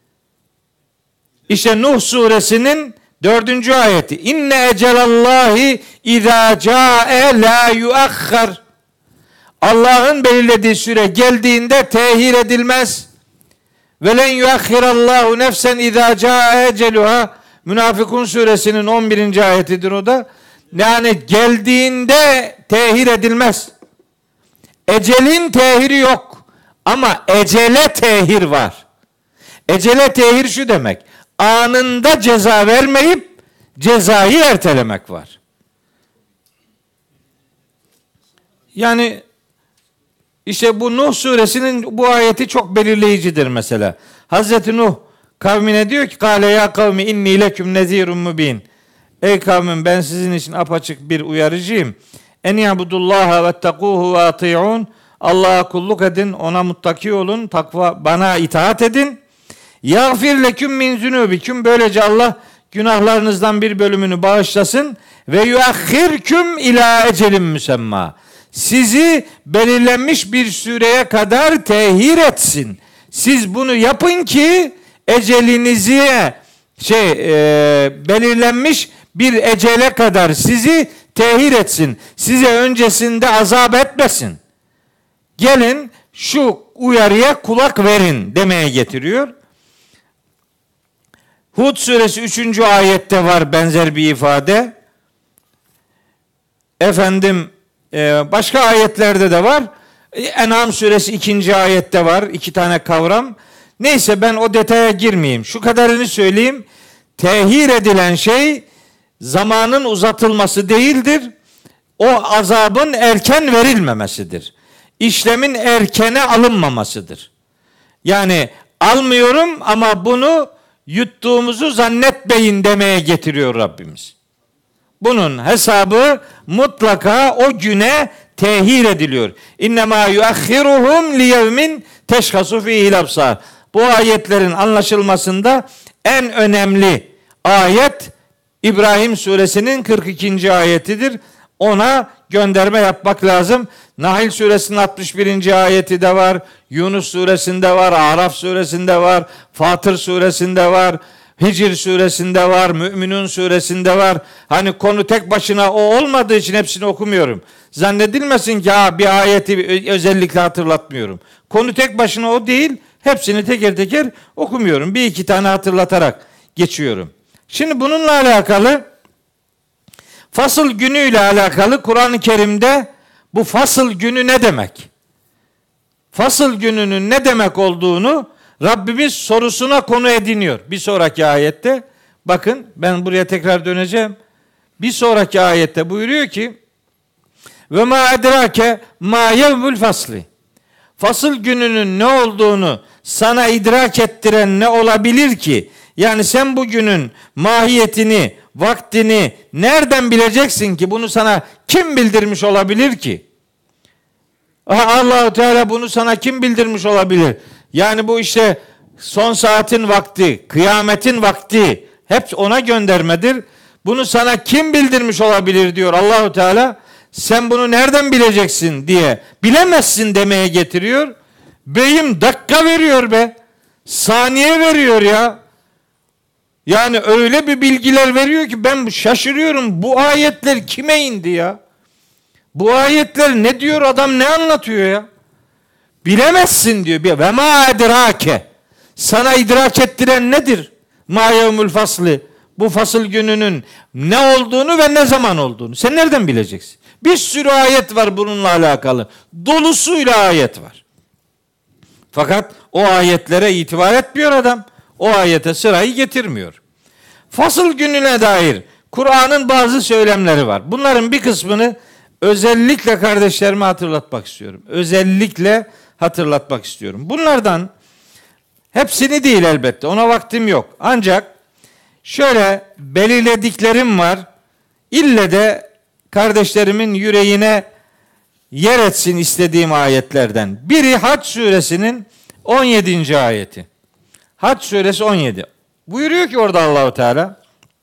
İşte Nuh suresinin 4. ayeti. İnne ecelallahi izâ câe lâ yuakhar. Allah'ın belirlediği süre geldiğinde tehir edilmez. Ve len yuakhirallahu nefsen izâ câe eceluha. Münafıkun suresinin 11. ayetidir o da. Yani geldiğinde tehir edilmez. Ecelin tehiri yok. Ama ecele tehir var. Ecele tehir şu demek. Anında ceza vermeyip cezayı ertelemek var. Yani işte bu Nuh suresinin bu ayeti çok belirleyicidir mesela. Hazreti Nuh kavmine diyor ki Kâle ya kavmi inni leküm nezîrun mübîn. Ey kavmim ben sizin için apaçık bir uyarıcıyım. En yabudullaha vettekûhu ve ati'un. Allah'a kulluk edin, ona muttaki olun, takva, bana itaat edin. Yağfir leküm min zunubiküm. Böylece Allah günahlarınızdan bir bölümünü bağışlasın ve yuakhirküm ila ecelin müsemma. Sizi belirlenmiş bir süreye kadar tehir etsin. Siz bunu yapın ki ecelinizi belirlenmiş bir ecele kadar sizi tehir etsin. Size öncesinde azap etmesin. Gelin şu uyarıya kulak verin demeye getiriyor. Hud suresi 3. ayette var benzer bir ifade. Başka ayetlerde de var. En'am suresi 2. ayette var. 2 tane kavram. Neyse ben o detaya girmeyeyim. Şu kadarını söyleyeyim. Tehir edilen şey zamanın uzatılması değildir. O azabın erken verilmemesidir. İşlemin erkene alınmamasıdır. Yani almıyorum ama bunu yuttuğumuzu zannetmeyin demeye getiriyor Rabbimiz. Bunun hesabı mutlaka o güne tehir ediliyor. İnnemâ yuakhiruhum liyevmin teşhasu fîhil absar. Bu ayetlerin anlaşılmasında en önemli ayet İbrahim suresinin 42. ayetidir. Ona gönderme yapmak lazım. Nahl suresinin 61. ayeti de var. Yunus suresinde var. Araf suresinde var. Fatır suresinde var. Hicr suresinde var. Müminun suresinde var. Hani konu tek başına o olmadığı için hepsini okumuyorum. Zannedilmesin ki bir ayeti özellikle hatırlatmıyorum. Konu tek başına o değil. Hepsini teker teker okumuyorum. Bir iki tane hatırlatarak geçiyorum. Şimdi bununla alakalı fasıl günüyle alakalı Kur'an-ı Kerim'de bu fasıl günü ne demek? Fasıl gününün ne demek olduğunu Rabbimiz sorusuna konu ediniyor. Bir sonraki ayette bakın, ben buraya tekrar döneceğim. Bir sonraki ayette buyuruyor ki ve ma edrake ma yevmül fasli. Fasıl gününün ne olduğunu sana idrak ettiren ne olabilir ki? Yani sen bugünün mahiyetini, vaktini nereden bileceksin ki? Bunu sana kim bildirmiş olabilir ki? Allah-u Teala bunu sana kim bildirmiş olabilir? Yani bu işte son saatin vakti, kıyametin vakti hep ona göndermedir. Bunu sana kim bildirmiş olabilir diyor Allah-u Teala. Sen bunu nereden bileceksin diye, bilemezsin demeye getiriyor. Beyim dakika veriyor be. Saniye veriyor ya. Yani öyle bir bilgiler veriyor ki ben şaşırıyorum. Bu ayetler kime indi ya? Bu ayetler ne diyor, adam ne anlatıyor ya? Bilemezsin diyor. Ve ma edrake. Sana idrak ettiren nedir? Ma yevmül fasli. Bu fasıl gününün ne olduğunu ve ne zaman olduğunu. Sen nereden bileceksin? Bir sürü ayet var bununla alakalı. Dolusuyla ayet var. Fakat o ayetlere itibar etmiyor adam. O ayete sırayı getirmiyor. Fasıl gününe dair Kur'an'ın bazı söylemleri var. Bunların bir kısmını özellikle kardeşlerime hatırlatmak istiyorum. Özellikle hatırlatmak istiyorum. Bunlardan hepsini değil elbette. Ona vaktim yok. Ancak şöyle belirlediklerim var. İlle de kardeşlerimin yüreğine yer etsin istediğim ayetlerden. Biri Hac suresinin 17. ayeti. Hac suresi 17. Buyuruyor ki orada Allahu Teala: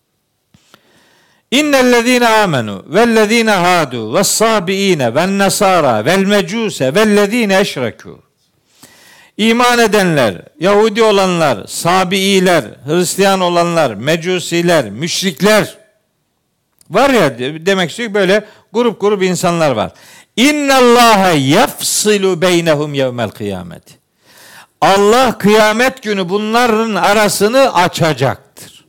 İnnellezîne âmenû vellezîne hâdû vessâbiîne vennasâra velmecûse vellezîne eşrekû. İman edenler, Yahudi olanlar, Sabiiler, Hristiyan olanlar, Mecusiler, müşrikler var ya, demek istiyor böyle grup grup insanlar var. İnnallâhe yefsilu beynehum yevmel kıyamet. Allah kıyamet günü bunların arasını açacaktır.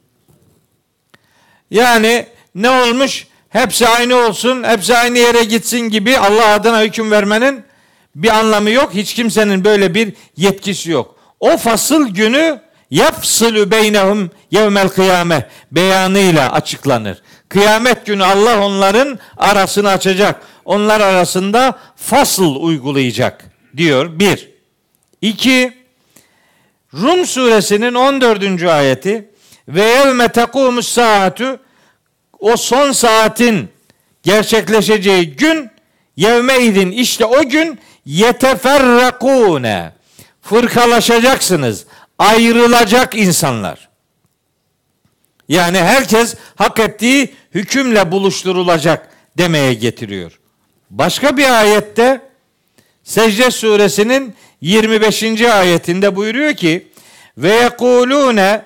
Yani ne olmuş? Hepsi aynı olsun, hepsi aynı yere gitsin gibi Allah adına hüküm vermenin bir anlamı yok. Hiç kimsenin böyle bir yetkisi yok. O fasıl günü yefsilu beynehum yevmel kıyame beyanıyla açıklanır. Kıyamet günü Allah onların arasını açacak. Onlar arasında fasıl uygulayacak diyor. 1. 2. Rum suresinin 14. ayeti ve yevme tekumus saatu, o son saatin gerçekleşeceği gün, yevme idin, işte o gün yeteferrakune, fırkalaşacaksınız, ayrılacak insanlar. Yani herkes hak ettiği hükümle buluşturulacak demeye getiriyor. Başka bir ayette Secde suresinin 25. ayetinde buyuruyor ki ve yekulune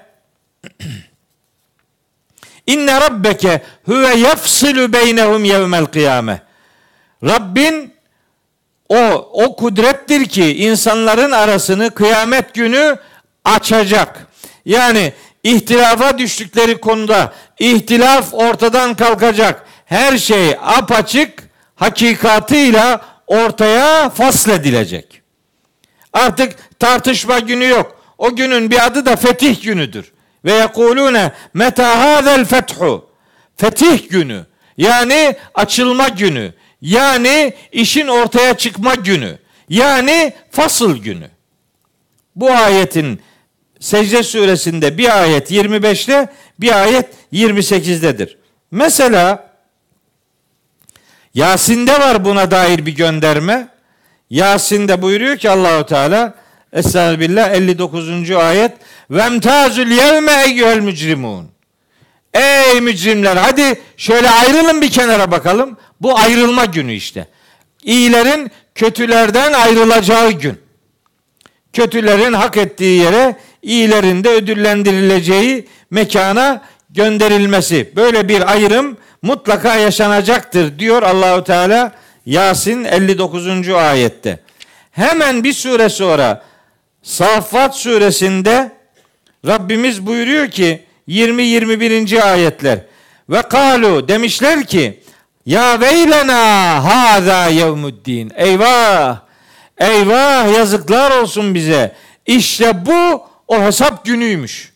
inne rabbeke huve yefsilu beynehum yevmel kıyame. Rabbin o kudrettir ki insanların arasını kıyamet günü açacak. Yani ihtilafa düştükleri konuda ihtilaf ortadan kalkacak. Her şey apaçık hakikatıyla ortaya fasledilecek. Artık tartışma günü yok. O günün bir adı da fetih günüdür. Ve yekulune meta hazel fethu. Fetih günü. Yani açılma günü. Yani işin ortaya çıkma günü. Yani fasıl günü. Bu ayetin Secde suresinde bir ayet 25'te, bir ayet 28'dedir. Mesela Yasin'de var buna dair bir gönderme. Yasin'de buyuruyor ki Allahu Teala Estağfirullah 59. ayet Vemtazul yevme eyyuhel mücrimun. Ey mücrimler, hadi şöyle ayrılın bir kenara bakalım. Bu ayrılma günü işte. İyilerin kötülerden ayrılacağı gün. Kötülerin hak ettiği yere, iyilerin de ödüllendirileceği mekana gönderilmesi. Böyle bir ayrım mutlaka yaşanacaktır diyor Allahu Teala Yasin 59. ayette. Hemen bir sure sonra Saffat suresinde Rabbimiz buyuruyor ki 20-21. ayetler ve kalu, demişler ki ya veylena haza yevmuddin. Eyvah! Eyvah, yazıklar olsun bize. İşte bu o hesap günüymüş.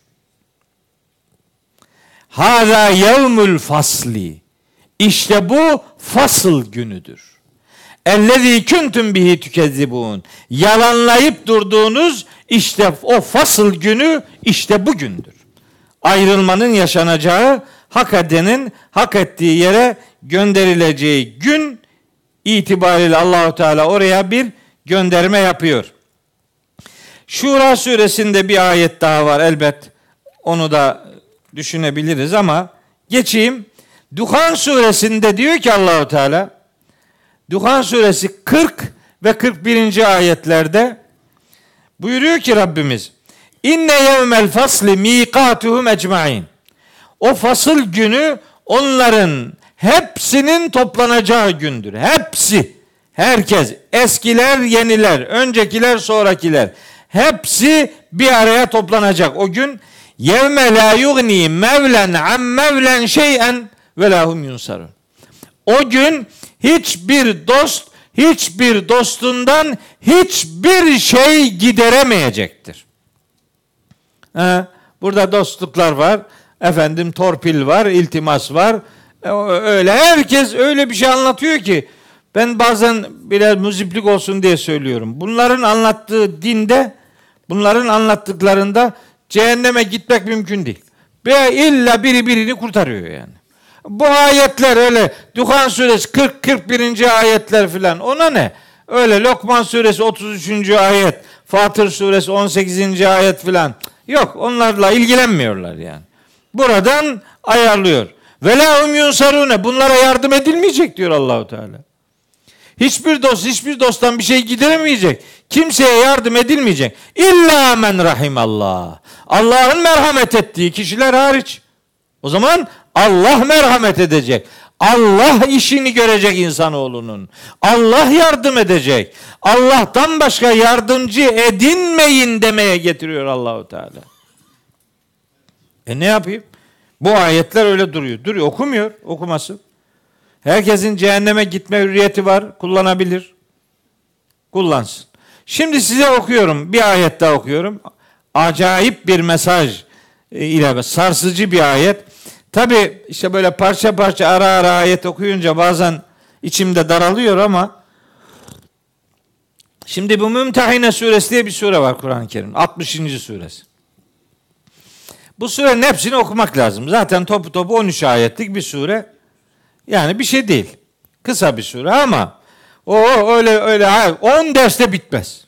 Hâzâ yevmül fasli. İşte bu fasıl günüdür. Ellezî kuntum bihi tükezzibûn. Yalanlayıp durduğunuz işte o fasıl günü işte bugündür. Ayrılmanın yaşanacağı, hak edenin hak ettiği yere gönderileceği gün itibariyle Allahu Teala oraya bir gönderme yapıyor. Şura suresinde bir ayet daha var elbet. Onu da düşünebiliriz ama geçeyim. Duhan suresinde diyor ki Allahu Teala, Duhan suresi 40 ve 41. ayetlerde buyuruyor ki Rabbimiz, İnne yevmel fasli miqatuhum ecmaîn. O fasıl günü onların hepsinin toplanacağı gündür. Hepsi, herkes, eskiler, yeniler, öncekiler, sonrakiler, hepsi bir araya toplanacak. O gün yevme la yugni mevlen an mevlen şey'en ve lahum yunsarun. O gün hiçbir dost hiçbir dostundan hiçbir şey gideremeyecektir. Burada dostluklar var. Efendim torpil var, iltimas var. Öyle herkes öyle bir şey anlatıyor ki ben bazen biraz muziplik olsun diye söylüyorum. Bunların anlattığı dinde, bunların anlattıklarında cehenneme gitmek mümkün değil. Ve illa biri birini kurtarıyor yani. Bu ayetler öyle Duhan suresi 40-41. ayetler filan ona ne? Öyle Lokman suresi 33. ayet, Fatır suresi 18. ayet filan. Yok, onlarla ilgilenmiyorlar yani. Buradan ayarlıyor. Ve lahum yunsarune. Bunlara yardım edilmeyecek diyor Allahu Teala. Hiçbir dost hiçbir dosttan bir şey gideremeyecek. Kimseye yardım edilmeyecek. İlla men rahimallah. Allah'ın merhamet ettiği kişiler hariç. O zaman Allah merhamet edecek. Allah işini görecek insanoğlunun. Allah yardım edecek. Allah'tan başka yardımcı edinmeyin demeye getiriyor Allahu Teala. Ne yapayım? Bu ayetler öyle duruyor. Duruyor, okumuyor, okuması. Herkesin cehenneme gitme hürriyeti var, kullanabilir. Kullansın. Şimdi size okuyorum, bir ayet daha okuyorum. Acayip bir mesaj ile sarsıcı bir ayet. Tabi işte böyle parça parça ara ara ayet okuyunca bazen içimde daralıyor ama şimdi bu Mümtehine suresi diye bir sure var Kur'an-ı Kerim. 60. suresi. Bu surenin hepsini okumak lazım. Zaten topu 13 ayetlik bir sure. Yani bir şey değil. Kısa bir sure ama o öyle 10 derste bitmez.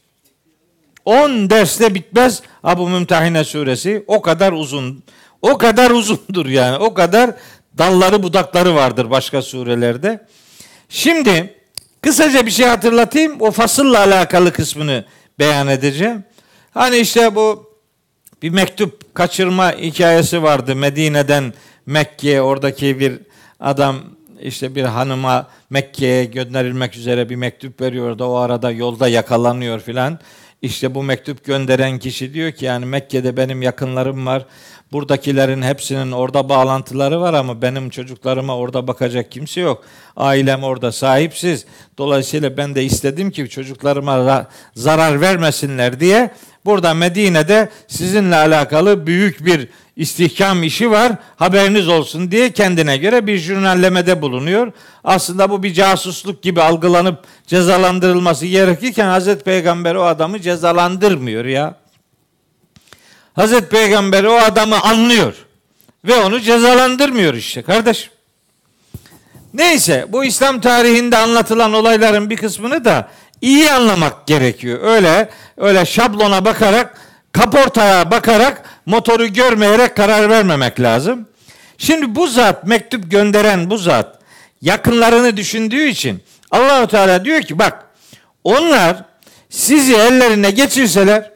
10 derste bitmez. Bu Mümtehine suresi o kadar uzun. O kadar uzundur yani. O kadar dalları budakları vardır başka surelerde. Şimdi kısaca bir şey hatırlatayım. O fasılla alakalı kısmını beyan edeceğim. Hani işte bu bir mektup kaçırma hikayesi vardı. Medine'den Mekke'ye oradaki bir adam işte bir hanıma Mekke'ye gönderilmek üzere bir mektup veriyor da o arada yolda yakalanıyor filan. İşte bu mektup gönderen kişi diyor ki yani Mekke'de benim yakınlarım var. Buradakilerin hepsinin orada bağlantıları var ama benim çocuklarıma orada bakacak kimse yok. Ailem orada sahipsiz. Dolayısıyla ben de istedim ki çocuklarıma zarar vermesinler diye burada Medine'de sizinle alakalı büyük bir istihkam işi var. Haberiniz olsun diye kendine göre bir jurnallemede bulunuyor. Aslında bu bir casusluk gibi algılanıp cezalandırılması gerekirken Hazreti Peygamber o adamı cezalandırmıyor ya. Hazreti Peygamber o adamı anlıyor ve onu cezalandırmıyor işte kardeş. Neyse bu İslam tarihinde anlatılan olayların bir kısmını da iyi anlamak gerekiyor. Öyle şablona bakarak, kaportaya bakarak, motoru görmeyerek karar vermemek lazım. Şimdi bu zat, mektup gönderen bu zat yakınlarını düşündüğü için Allah-u Teala diyor ki bak onlar sizi ellerine geçirseler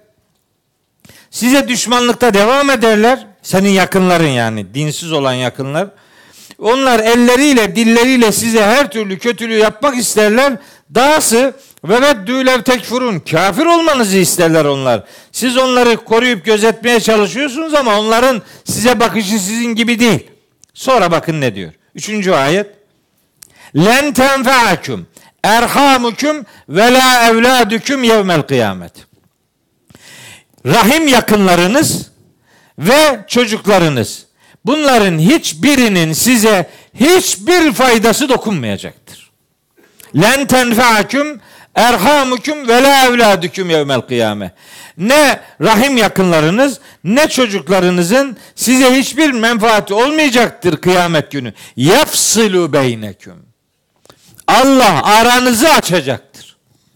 size düşmanlıkta devam ederler. Senin yakınların yani dinsiz olan yakınlar. Onlar elleriyle dilleriyle size her türlü kötülüğü yapmak isterler. Dahası ve veddû lev tekfurun. Kafir olmanızı isterler onlar. Siz onları koruyup gözetmeye çalışıyorsunuz ama onların size bakışı sizin gibi değil. Sonra bakın ne diyor. 3. ayet. Len tenfeakum erhamukum ve la evladukum yevmel kıyamet. rahim yakınlarınız ve çocuklarınız. Bunların hiçbirinin size hiçbir faydası dokunmayacaktır. Len tenfa'akum erhamukum ve la evladukum yevmel kıyame. Ne rahim yakınlarınız ne çocuklarınızın size hiçbir menfaati olmayacaktır kıyamet günü. Yafsilu beyneküm. Allah aranızı açacaktır.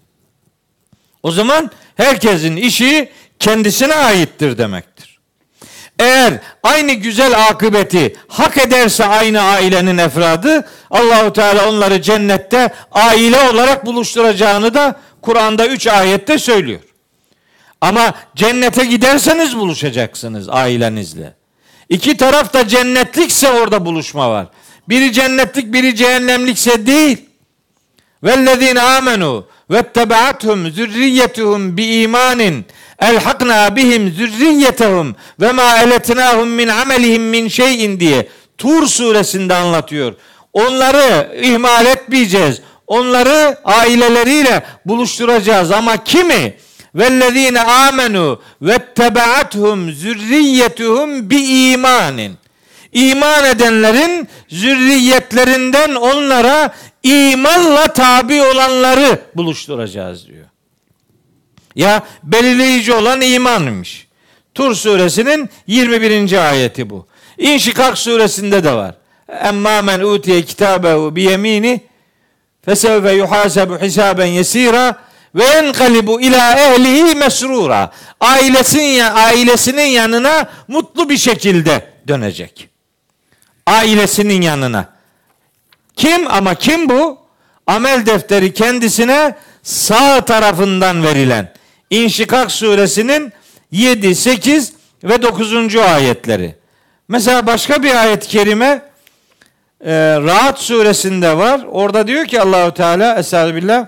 O zaman herkesin işi kendisine aittir demektir. Eğer aynı güzel akıbeti hak ederse aynı ailenin efradı, Allahu Teala onları cennette aile olarak buluşturacağını da Kur'an'da 3 ayette söylüyor. Ama cennete giderseniz buluşacaksınız ailenizle. İki taraf da cennetlikse orada buluşma var. Biri cennetlik, biri cehennemlikse değil. Vellezine amenu vettebaatuhum zürriyetuhum bi imanin elhakna bihim zürriyetehum ve ma eletnahum min amelihim min şeyin diye Tur suresinde anlatıyor. Onları ihmal etmeyeceğiz. Onları aileleriyle buluşturacağız. Ama kimi? Vellezine amenu vettebaatuhum zürriyetuhum bi imanin. İman edenlerin zürriyetlerinden onlara imanla tabi olanları buluşturacağız diyor. Ya belirleyici olan imanmış. Tur suresinin 21. ayeti bu. İnşikak suresinde de var. Emmâ men utiye kitâbehu biyemîni fesevfe yuhâsebu hisâben yesîrâ ve enkalibu ilâ ehlihi mesrûrâ. Ailesinin yanına mutlu bir şekilde dönecek. Ailesinin yanına. Kim bu? Amel defteri kendisine sağ tarafından verilen. İnşikak suresinin 7, 8 ve 9. ayetleri. Mesela başka bir ayet-i kerime Ra'd suresinde var. Orada diyor ki Allahu Teala Estağfirullah.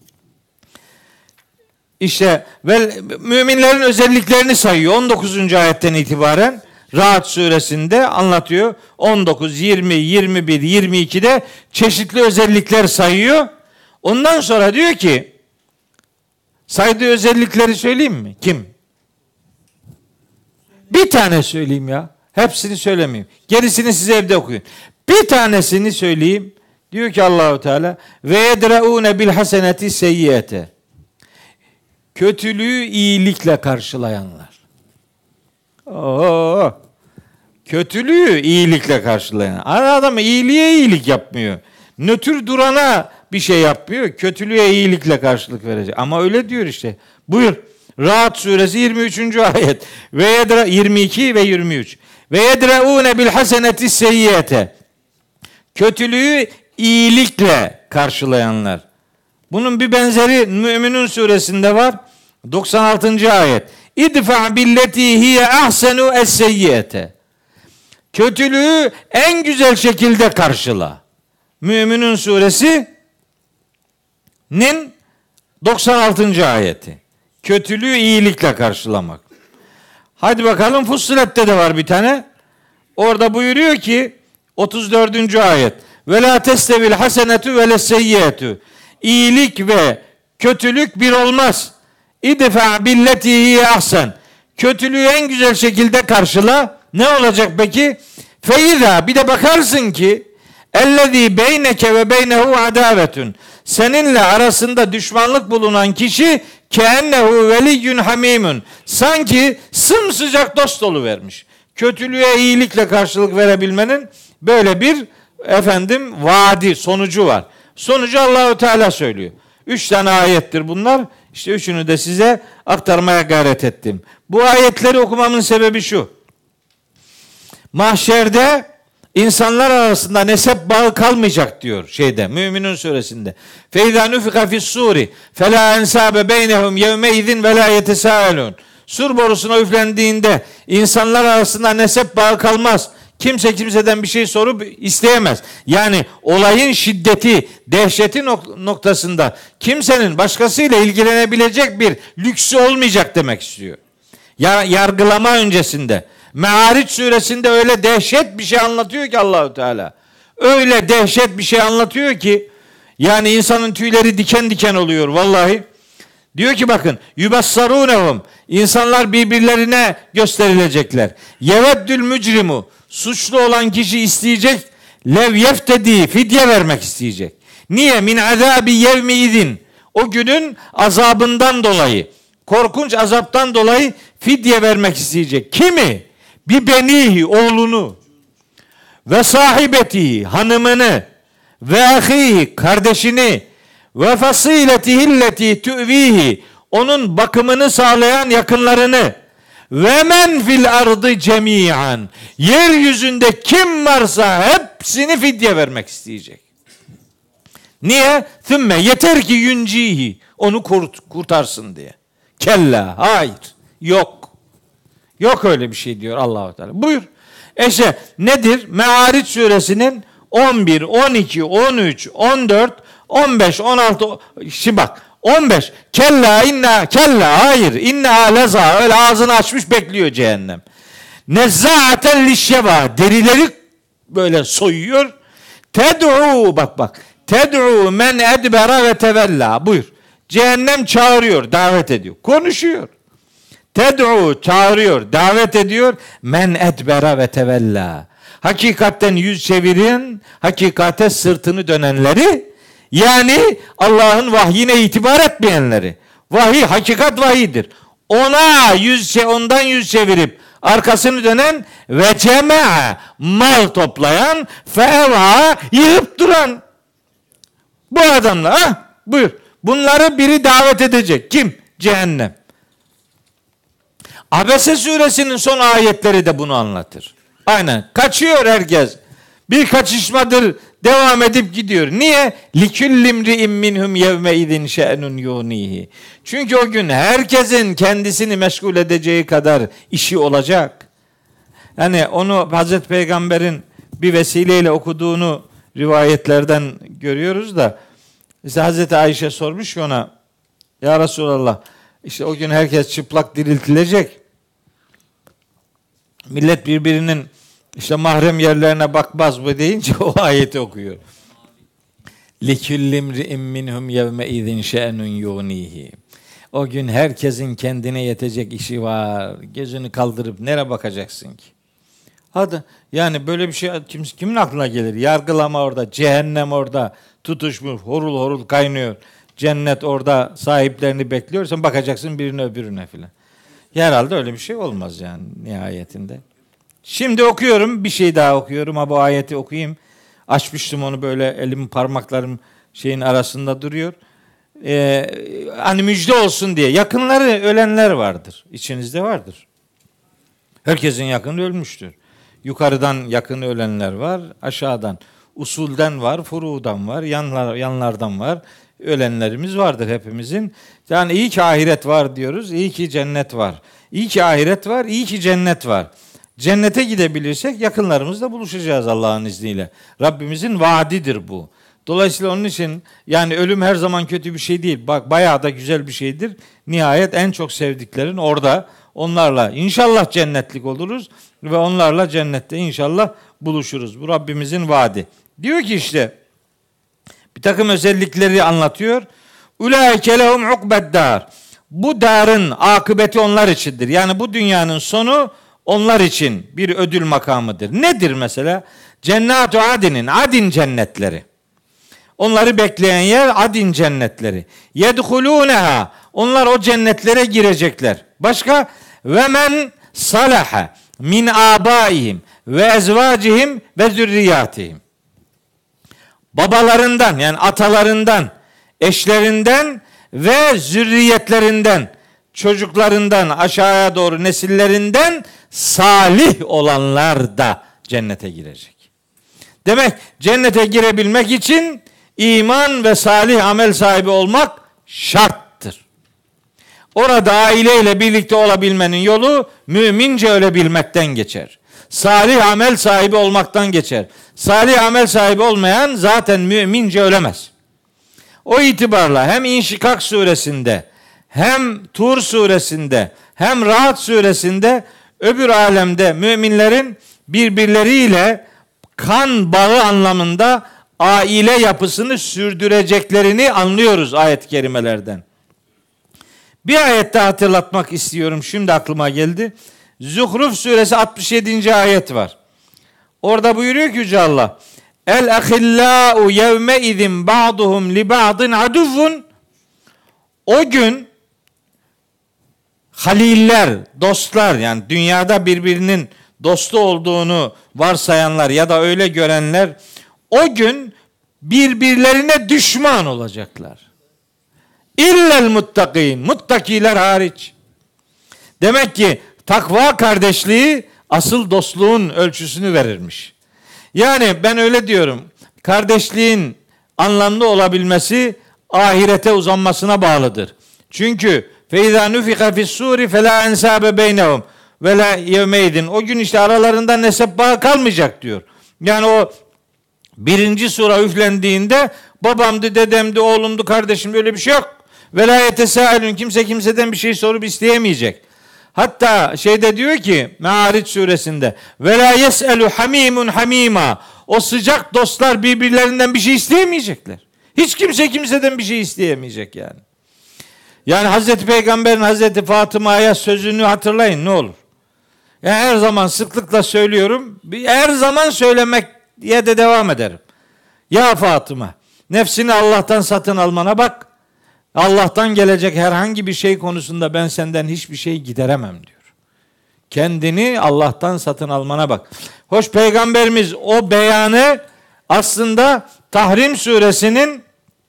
İşte ve müminlerin özelliklerini sayıyor 19. ayetten itibaren. Ra'd suresinde anlatıyor. 19, 20, 21, 22'de çeşitli özellikler sayıyor. Ondan sonra diyor ki saydığı özellikleri söyleyeyim mi? Kim? Bir tane söyleyeyim ya. Hepsini söylemeyeyim. Gerisini size evde okuyun. Bir tanesini söyleyeyim. Diyor ki Allahu Teala ve yedreune bil haseneti seyyiyete. Kötülüğü iyilikle karşılayanlar. Kötülüğü iyilikle karşılayan. Adam iyiliğe iyilik yapmıyor. Nötr durana bir şey yapmıyor. Kötülüğe iyilikle karşılık verecek. Ama öyle diyor işte. Buyur. Ra'd suresi 23. ayet. Ve 22 ve 23. Ve yedreune bil haseneti seyyiyete. Kötülüğü iyilikle karşılayanlar. Bunun bir benzeri Müminun suresinde var. 96. ayet. İdfa billeti hiye ahsenu es-seyyiyete. Kötülüğü en güzel şekilde karşıla. Müminun suresinin 96. ayeti. Kötülüğü iyilikle karşılamak. Hadi bakalım Fussilet'te de var bir tane. Orada buyuruyor ki 34. ayet. Ve la testevil hasenetu ve lesseyyiyetü. İyilik ve kötülük bir olmaz. İdfa billeti hiye ahsen. Kötülüğü en güzel şekilde karşıla. Ne olacak peki? Feiza bir de bakarsın ki ellezî beyneke ve beynehu adavetun. Seninle arasında düşmanlık bulunan kişi keennehu veliyyun hamimun. Sanki sımsıcak dost oluvermiş. Kötülüğe iyilikle karşılık verebilmenin böyle bir vaadi, sonucu var. Sonucu Allahu Teala söylüyor. 3 tane ayettir bunlar. İşte üçünü de size aktarmaya gayret ettim. Bu ayetleri okumamın sebebi şu. Mahşerde insanlar arasında nesep bağı kalmayacak diyor Müminun suresinde. Feiza nufika fis-suri fela ensabe beynehum yevme izin ve la yetesâelûn. Sur borusuna üflendiğinde insanlar arasında nesep bağı kalmaz. Kimse kimseden bir şey sorup isteyemez. Yani olayın şiddeti, dehşeti noktasında kimsenin başkasıyla ilgilenebilecek bir lüksü olmayacak demek istiyor. Ya yargılama öncesinde. Me'ariç suresinde öyle dehşet bir şey anlatıyor ki Allahu Teala. Öyle dehşet bir şey anlatıyor ki yani insanın tüyleri diken diken oluyor vallahi. Diyor ki bakın, yubassarunhum, insanlar birbirlerine gösterilecekler. Yeveddül mücrimu, suçlu olan kişi isteyecek, lev yeftedi, fidye vermek isteyecek. Niye? Min azabi yevmi idin, o günün azabından dolayı, korkunç azaptan dolayı fidye vermek isteyecek. Kimi? Bir benihi, oğlunu, ve sahibeti, hanımını, ve ahihi, kardeşini, ve fasiletihi tüvihi, onun bakımını sağlayan yakınlarını, ve men fil ardı cemiyan, yeryüzünde kim varsa hepsini fidye vermek isteyecek. Niye? Thümme yeter ki yuncihi, onu kurtarsın diye. Kella, hayır, yok. Yok öyle bir şey diyor Allah-u Teala. Buyur. Nedir? Me'ariç suresinin 11, 12, 13, 14, 15, 16. Şimdi bak, 15. Kella, hayır. İnna leza, öyle ağzını açmış bekliyor cehennem. Nezza'aten lişşeva, derileri böyle soyuyor. Ted'u, bak. Ted'u men edbera ve tevella. Buyur. Cehennem çağırıyor, davet ediyor. Konuşuyor. Ted'u, çağırıyor, davet ediyor. Men edbera ve tevella. Hakikatten yüz çevirin, hakikate sırtını dönenleri, yani Allah'ın vahyine itibar etmeyenleri. Vahiy, hakikat vahidir. Ondan yüz çevirip arkasını dönen ve cema'a, mal toplayan, feva, yığıp duran. Bu adamlar, buyur. Bunları biri davet edecek. Kim? Cehennem. Abese suresinin son ayetleri de bunu anlatır. Aynen. Kaçıyor herkes. Bir kaçışmadır, devam edip gidiyor. Niye? Liküllimri'in minhum yevme idin şe'nun yunihi. Çünkü o gün herkesin kendisini meşgul edeceği kadar işi olacak. Yani onu Hazreti Peygamber'in bir vesileyle okuduğunu rivayetlerden görüyoruz da, işte Hazreti Ayşe sormuş ki ona, ya Resulallah, işte o gün herkes çıplak diriltilecek. Millet birbirinin işte mahrem yerlerine bakmaz mı deyince o ayeti okuyor. Liküllimri'in minhum yevme idin şe'nun yunihi. O gün herkesin kendine yetecek işi var. Gözünü kaldırıp nereye bakacaksın ki? Hadi yani böyle bir şey kimin aklına gelir? Yargılama orada, cehennem orada tutuşmuş, horul horul kaynıyor. Cennet orada sahiplerini bekliyor. Sen bakacaksın birine öbürüne filan. Herhalde öyle bir şey olmaz yani nihayetinde. Şimdi okuyorum, bir şey daha okuyorum. Bu ayeti okuyayım. Açmıştım onu böyle, elim parmaklarım şeyin arasında duruyor. Hani müjde olsun diye. Yakınları ölenler vardır. İçinizde vardır. Herkesin yakını ölmüştür. Yukarıdan yakını ölenler var, aşağıdan. Usulden var, furudan var, yanlardan var. Ölenlerimiz vardır hepimizin. Yani iyi ki ahiret var diyoruz, iyi ki cennet var. İyi ki ahiret var, iyi ki cennet var. Cennete gidebilirsek yakınlarımızla buluşacağız Allah'ın izniyle. Rabbimizin vaadidir bu. Dolayısıyla onun için yani ölüm her zaman kötü bir şey değil. Bak bayağı da güzel bir şeydir. Nihayet en çok sevdiklerin orada. Onlarla inşallah cennetlik oluruz ve onlarla cennette inşallah buluşuruz. Bu Rabbimizin vaadi. Diyor ki işte bir takım özellikleri anlatıyor. Ulaike lehum ukbeddar. Bu darın akıbeti onlar içindir. Yani bu dünyanın sonu onlar için bir ödül makamıdır. Nedir mesela? Cennatu adinin, adin cennetleri. Onları bekleyen yer adin cennetleri. Yedhulûneha. Onlar o cennetlere girecekler. Başka? Ve men salaha min abaihim ve ezvacihim ve zürriyatihim. Babalarından yani atalarından, eşlerinden ve zürriyetlerinden, çocuklarından aşağıya doğru nesillerinden salih olanlar da cennete girecek. Demek cennete girebilmek için iman ve salih amel sahibi olmak şarttır. Orada aileyle birlikte olabilmenin yolu mümince ölebilmekten geçer. Salih amel sahibi olmaktan geçer. Salih amel sahibi olmayan zaten mümince ölemez. O itibarla hem İnşikak suresinde, hem Tur suresinde, hem Rahat suresinde öbür alemde müminlerin birbirleriyle kan bağı anlamında aile yapısını sürdüreceklerini anlıyoruz ayet-i kerimelerden. Bir ayet daha hatırlatmak istiyorum. Şimdi aklıma geldi. Zuhruf suresi 67. ayet var. Orada buyuruyor ki Yüce Allah, El ahillâ'u yevme izin ba'duhum li ba'din aduvvun. O gün haliller, dostlar, yani dünyada birbirinin dostu olduğunu varsayanlar ya da öyle görenler o gün birbirlerine düşman olacaklar. İllel muttakin, muttakiler hariç. Demek ki takva kardeşliği asıl dostluğun ölçüsünü verirmiş. Yani ben öyle diyorum. Kardeşliğin anlamlı olabilmesi ahirete uzanmasına bağlıdır. Çünkü feiza nufika fis-suri fela ensabe beynehum ve la yevmeydin. O gün işte aralarında nesep bağı kalmayacak diyor. Yani o birinci sura üflendiğinde babamdı, dedemdi, oğlumdu, kardeşim, öyle bir şey yok. Ve la yetesaelün, kimse kimseden bir şey sorup isteyemeyecek. Hatta şeyde diyor ki Me'ariç suresinde ve la yes'elu hamimun hamima. O sıcak dostlar birbirlerinden bir şey isteyemeyecekler. Hiç kimse kimseden bir şey isteyemeyecek yani. Yani Hazreti Peygamber'in Hazreti Fatıma'ya sözünü hatırlayın ne olur. Yani her zaman sıklıkla söylüyorum. Her zaman söylemeye de devam ederim. Ya Fatıma, nefsini Allah'tan satın almana bak. Allah'tan gelecek herhangi bir şey konusunda ben senden hiçbir şey gideremem diyor. Kendini Allah'tan satın almana bak. Hoş Peygamberimiz o beyanı aslında Tahrim suresinin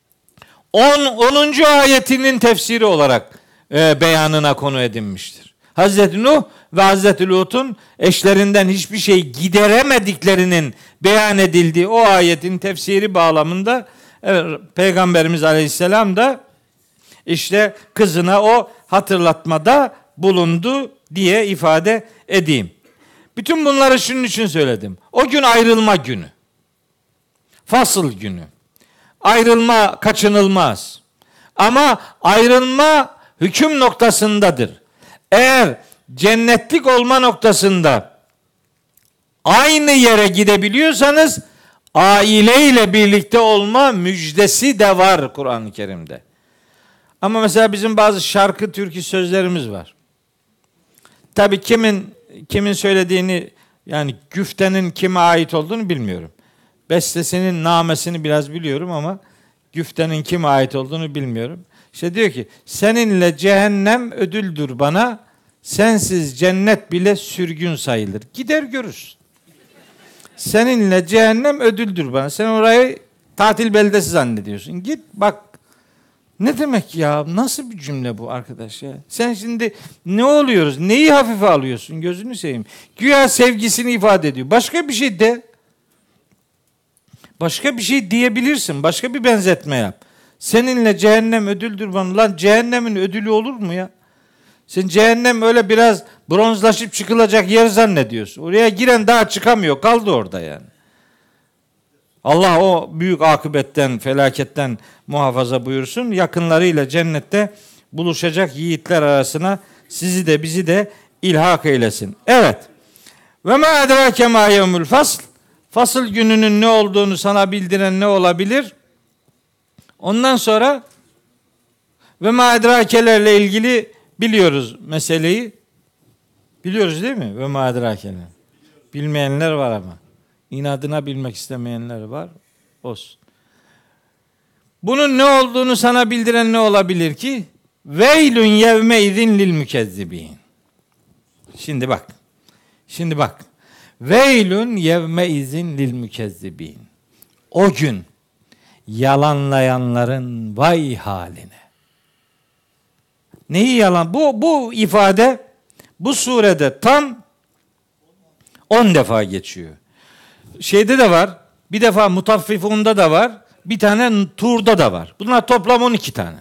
10. ayetinin tefsiri olarak beyanına konu edinmiştir. Hazreti Nuh ve Hazreti Lut'un eşlerinden hiçbir şey gideremediklerinin beyan edildiği o ayetin tefsiri bağlamında Peygamberimiz Aleyhisselam da işte kızına o hatırlatmada bulundu diye ifade edeyim. Bütün bunları şunun için söyledim. O gün ayrılma günü. Fasıl günü. Ayrılma kaçınılmaz. Ama ayrılma hüküm noktasındadır. Eğer cennetlik olma noktasında aynı yere gidebiliyorsanız aileyle birlikte olma müjdesi de var Kur'an-ı Kerim'de. Ama mesela bizim bazı şarkı türkü sözlerimiz var. Tabii kimin söylediğini, yani güftenin kime ait olduğunu bilmiyorum. Bestesinin namesini biraz biliyorum ama güftenin kime ait olduğunu bilmiyorum. İşte diyor ki seninle cehennem ödüldür bana, sensiz cennet bile sürgün sayılır. Gider görürsün. Seninle cehennem ödüldür bana. Sen orayı tatil beldesi zannediyorsun. Git bak. Ne demek ya? Nasıl bir cümle bu arkadaş ya? Sen şimdi ne oluyoruz? Neyi hafife alıyorsun? Gözünü seveyim. Güya sevgisini ifade ediyor. Başka bir şey de. Başka bir şey diyebilirsin. Başka bir benzetme yap. Seninle cehennem ödüldür bana. Lan cehennemin ödülü olur mu ya? Sen cehennem öyle biraz bronzlaşıp çıkılacak yer zannediyorsun. Oraya giren daha çıkamıyor. Kaldı orada yani. Allah o büyük akıbetten, felaketten muhafaza buyursun. Yakınlarıyla cennette buluşacak yiğitler arasına sizi de bizi de ilhak eylesin. Evet. Ve ma edrake ma yevmül fasl. Fasıl gününün ne olduğunu sana bildiren ne olabilir? Ondan sonra ve ma edrakelerle ilgili biliyoruz meseleyi. Biliyoruz değil mi? Ve ma edrakeler. Bilmeyenler var ama. İnadına bilmek istemeyenler var. Olsun. Bunun ne olduğunu sana bildiren ne olabilir ki? Veylün yevme izin lil mükezzibin. Şimdi bak. Veylün yevme izin lil mükezzibin. O gün yalanlayanların vay haline. Neyi yalan? Bu ifade bu surede tam 10 defa geçiyor. Şeyde de var. Bir defa Mutaffifun'da da var. Bir tane Tur'da da var. Bunlar toplam 12 tane.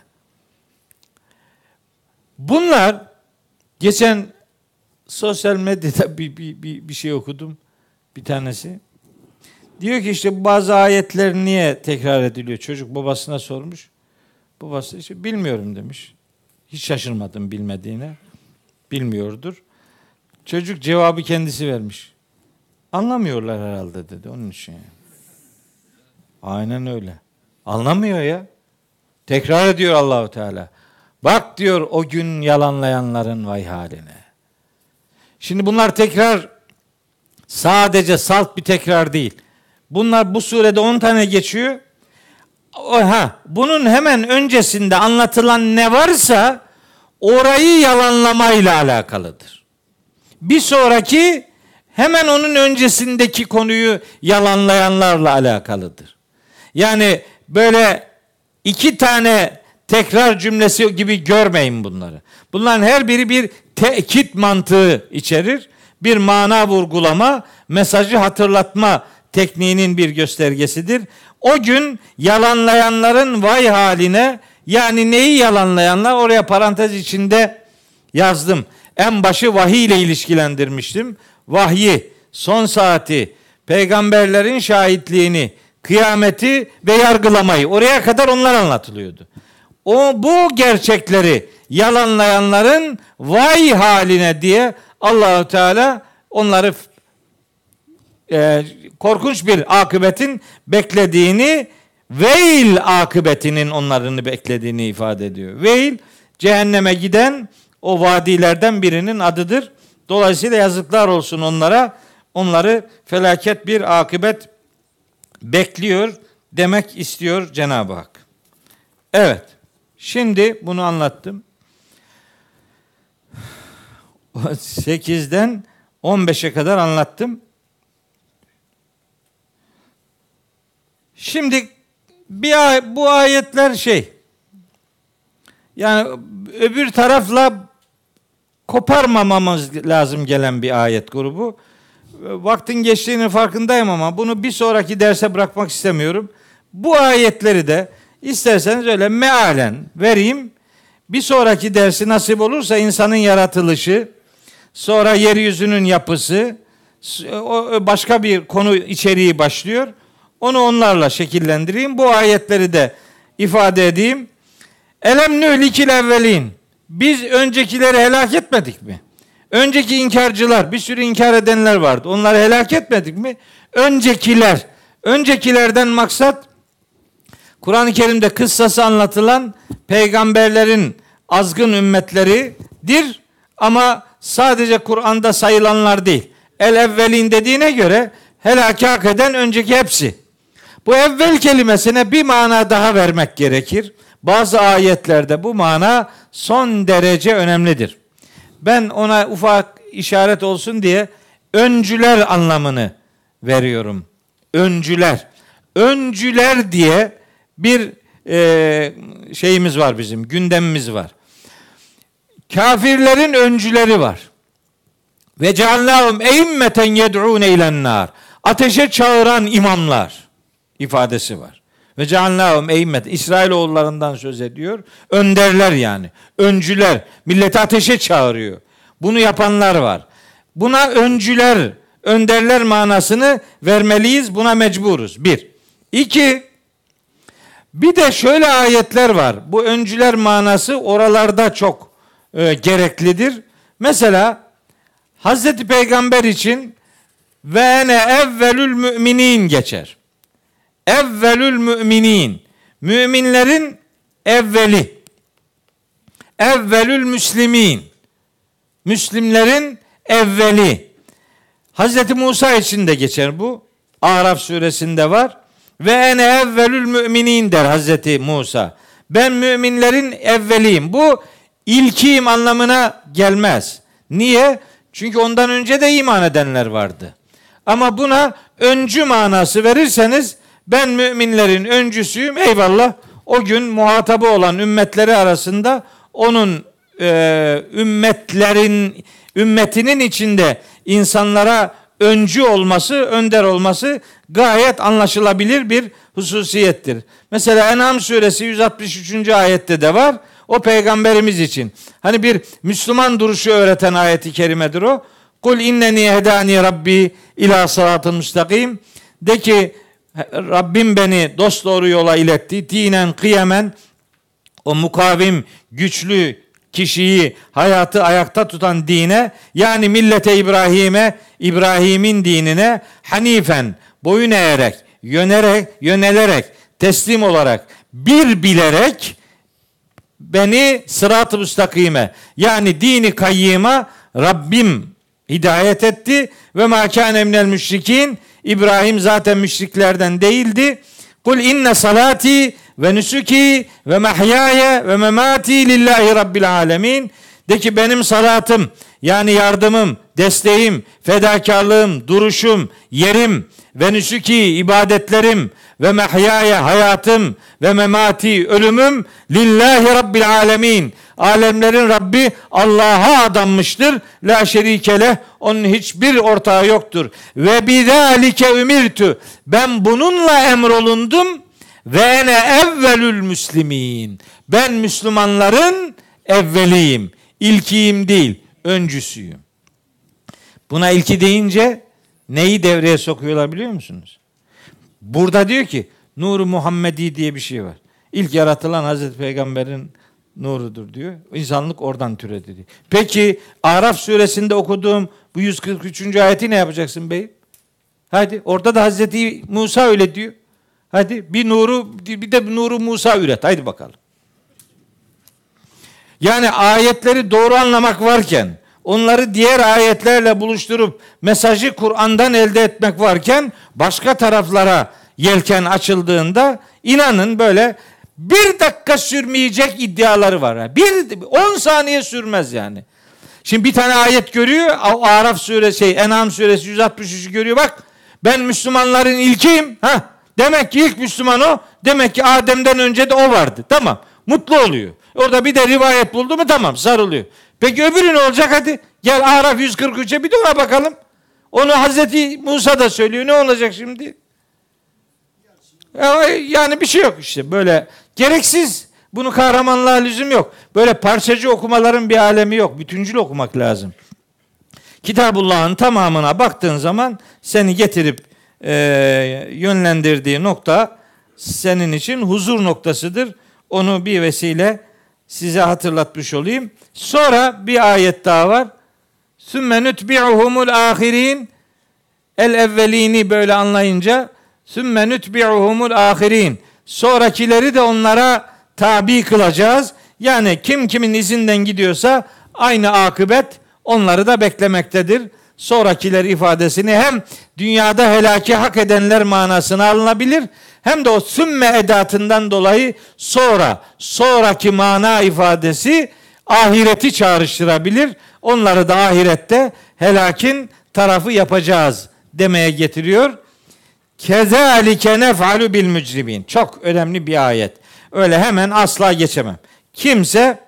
Bunlar geçen sosyal medyada bir şey okudum. Bir tanesi. Diyor ki işte bazı ayetler niye tekrar ediliyor? Çocuk babasına sormuş. Babası işte bilmiyorum demiş. Hiç şaşırmadım bilmediğine. Bilmiyordur. Çocuk cevabı kendisi vermiş. Anlamıyorlar herhalde dedi. Onun için. Aynen öyle. Anlamıyor ya. Tekrar ediyor Allahu Teala. Bak diyor o gün yalanlayanların vay haline. Şimdi bunlar tekrar sadece salt bir tekrar değil. Bunlar bu surede 10 tane geçiyor. Bunun hemen öncesinde anlatılan ne varsa orayı yalanlamayla alakalıdır. Bir sonraki hemen onun öncesindeki konuyu yalanlayanlarla alakalıdır. Yani böyle 2 tane tekrar cümlesi gibi görmeyin bunları. Bunların her biri bir tekit mantığı içerir. Bir mana vurgulama, mesajı hatırlatma tekniğinin bir göstergesidir. O gün yalanlayanların vay haline, yani neyi yalanlayanlar, oraya parantez içinde yazdım. En başı vahiy ile ilişkilendirmiştim. Vahyi, son saati, peygamberlerin şahitliğini, kıyameti ve yargılamayı, oraya kadar onlar anlatılıyordu. Bu gerçekleri yalanlayanların vay haline diye Allah-u Teala onları korkunç bir akıbetin beklediğini, veil akıbetinin onlarını beklediğini ifade ediyor. Veil, cehenneme giden o vadilerden birinin adıdır. Dolayısıyla yazıklar olsun onlara. Onları felaket bir akıbet bekliyor demek istiyor Cenab-ı Hak. Evet. Şimdi bunu anlattım. 8'den 15'e kadar anlattım. Şimdi bu ayetler yani öbür tarafla koparmamamız lazım gelen bir ayet grubu. Vaktin geçtiğinin farkındayım ama bunu bir sonraki derse bırakmak istemiyorum. Bu ayetleri de isterseniz öyle mealen vereyim. Bir sonraki dersi nasip olursa insanın yaratılışı, sonra yeryüzünün yapısı, başka bir konu içeriği başlıyor. Onu onlarla şekillendireyim. Bu ayetleri de ifade edeyim. Elem nühlikil evvelin. Biz öncekileri helak etmedik mi? Önceki inkarcılar, bir sürü inkar edenler vardı. Onları helak etmedik mi? Öncekilerden maksat Kur'an-ı Kerim'de kıssası anlatılan peygamberlerin azgın ümmetleridir. Ama sadece Kur'an'da sayılanlar değil. El evvelin dediğine göre helaki hak eden önceki hepsi. Bu evvel kelimesine bir mana daha vermek gerekir. Bazı ayetlerde bu mana son derece önemlidir. Ben ona ufak işaret olsun diye öncüler anlamını veriyorum. Öncüler. Öncüler diye bir şeyimiz var bizim, gündemimiz var. Kafirlerin öncüleri var. Ve ceallahum eimmeten yed'un ilennar. Ateşe çağıran imamlar ifadesi var. Ve ceallahum eimmet. İsrailoğullarından söz ediyor. Önderler yani. Öncüler. Milleti ateşe çağırıyor. Bunu yapanlar var. Buna öncüler, önderler manasını vermeliyiz. Buna mecburuz. 1. 2. Bir de şöyle ayetler var. Bu öncüler manası oralarda çok gereklidir. Mesela Hazreti Peygamber için ve ene evvelül müminin geçer. Evvelül müminin. Müminlerin evveli. Evvelül müslimin. Müslimlerin evveli. Hazreti Musa için de geçer bu. Araf suresinde var. Ve ene evvelül müminin der Hazreti Musa. Ben müminlerin evveliyim. Bu ilkiyim anlamına gelmez. Niye? Çünkü ondan önce de iman edenler vardı. Ama buna öncü manası verirseniz ben müminlerin öncüsüyüm, eyvallah. O gün muhatabı olan ümmetleri arasında onun ümmetinin içinde insanlara öncü olması, önder olması gayet anlaşılabilir bir hususiyettir. Mesela En'am suresi 163. ayette de var. O peygamberimiz için. Hani bir Müslüman duruşu öğreten ayeti kerimedir o. Kul inneni hedani rabbi ila sıratın müstakim. De ki Rabbim beni dosdoğru yola iletti. Dinen kıyamen, o mukavim, güçlü kişiyi, hayatı ayakta tutan dine, yani millete İbrahim'e, İbrahim'in dinine hanifen, boyun eğerek, yönelerek, teslim olarak, bir bilerek beni sırat-ı müstakime yani dini kayyıma Rabbim hidayet etti ve ma kâne minel müşrikin. İbrahim zaten müşriklerden değildi. Kul inne salati ve nusuki ve mahyaya ve memati lillahi rabbil alemin. De ki benim salatım yani yardımım, desteğim, fedakarlığım, duruşum, yerim ve nusuki ibadetlerim ve mahyaya hayatım ve memati ölümüm lillahi rabbil alemin. Alemlerin Rabbi Allah'a adanmıştır. La şerike leh. Onun hiçbir ortağı yoktur. Ve bizalike ümirtü. Ben bununla emrolundum. Ve ene evvelül müslimin. Ben Müslümanların evveliyim. İlkiyim değil, öncüsüyüm. Buna ilki deyince neyi devreye sokuyorlar biliyor musunuz? Burada diyor ki Nur-u Muhammedi diye bir şey var. İlk yaratılan Hazreti Peygamber'in nurudur diyor. İnsanlık oradan türedi diyor. Peki Araf suresinde okuduğum bu 143. ayeti ne yapacaksın beyim? Hadi orada da Hazreti Musa öyle diyor. Hadi bir de nuru Musa üret. Haydi bakalım. Yani ayetleri doğru anlamak varken, onları diğer ayetlerle buluşturup mesajı Kur'an'dan elde etmek varken başka taraflara yelken açıldığında inanın böyle bir dakika sürmeyecek iddiaları var. 10 saniye sürmez yani. Şimdi bir tane ayet görüyor. Araf suresi, En'am suresi 163'ü görüyor. Bak ben Müslümanların ilkiyim. Demek ki ilk Müslüman o. Demek ki Adem'den önce de o vardı. Tamam. Mutlu oluyor. Orada bir de rivayet buldu mu tamam sarılıyor. Peki öbürü ne olacak hadi? Gel Araf 143'e bir de ona bakalım. Onu Hazreti Musa da söylüyor. Ne olacak şimdi? Yani bir şey yok işte. Böyle gereksiz. Bunu kahramanlığa lüzum yok. Böyle parçacı okumaların bir alemi yok. Bütüncül okumak lazım. Kitabullah'ın tamamına baktığın zaman seni getirip yönlendirdiği nokta senin için huzur noktasıdır. Onu bir vesile size hatırlatmış olayım. Sonra bir ayet daha var. Sümme nutbi'uhumul ahirin. El evvelini böyle anlayınca sümme nutbi'uhumul ahirin. Sonrakileri de onlara tabi kılacağız. Yani kim kimin izinden gidiyorsa aynı akıbet onları da beklemektedir. Sonrakiler ifadesini hem dünyada helaki hak edenler manasına alınabilir hem de o sümme edatından dolayı sonraki mana ifadesi ahireti çağrıştırabilir. Onları da ahirette helakin tarafı yapacağız demeye getiriyor. Kezalike nef'alu bil mücrimin. Çok önemli bir ayet. Öyle hemen asla geçemem. Kimse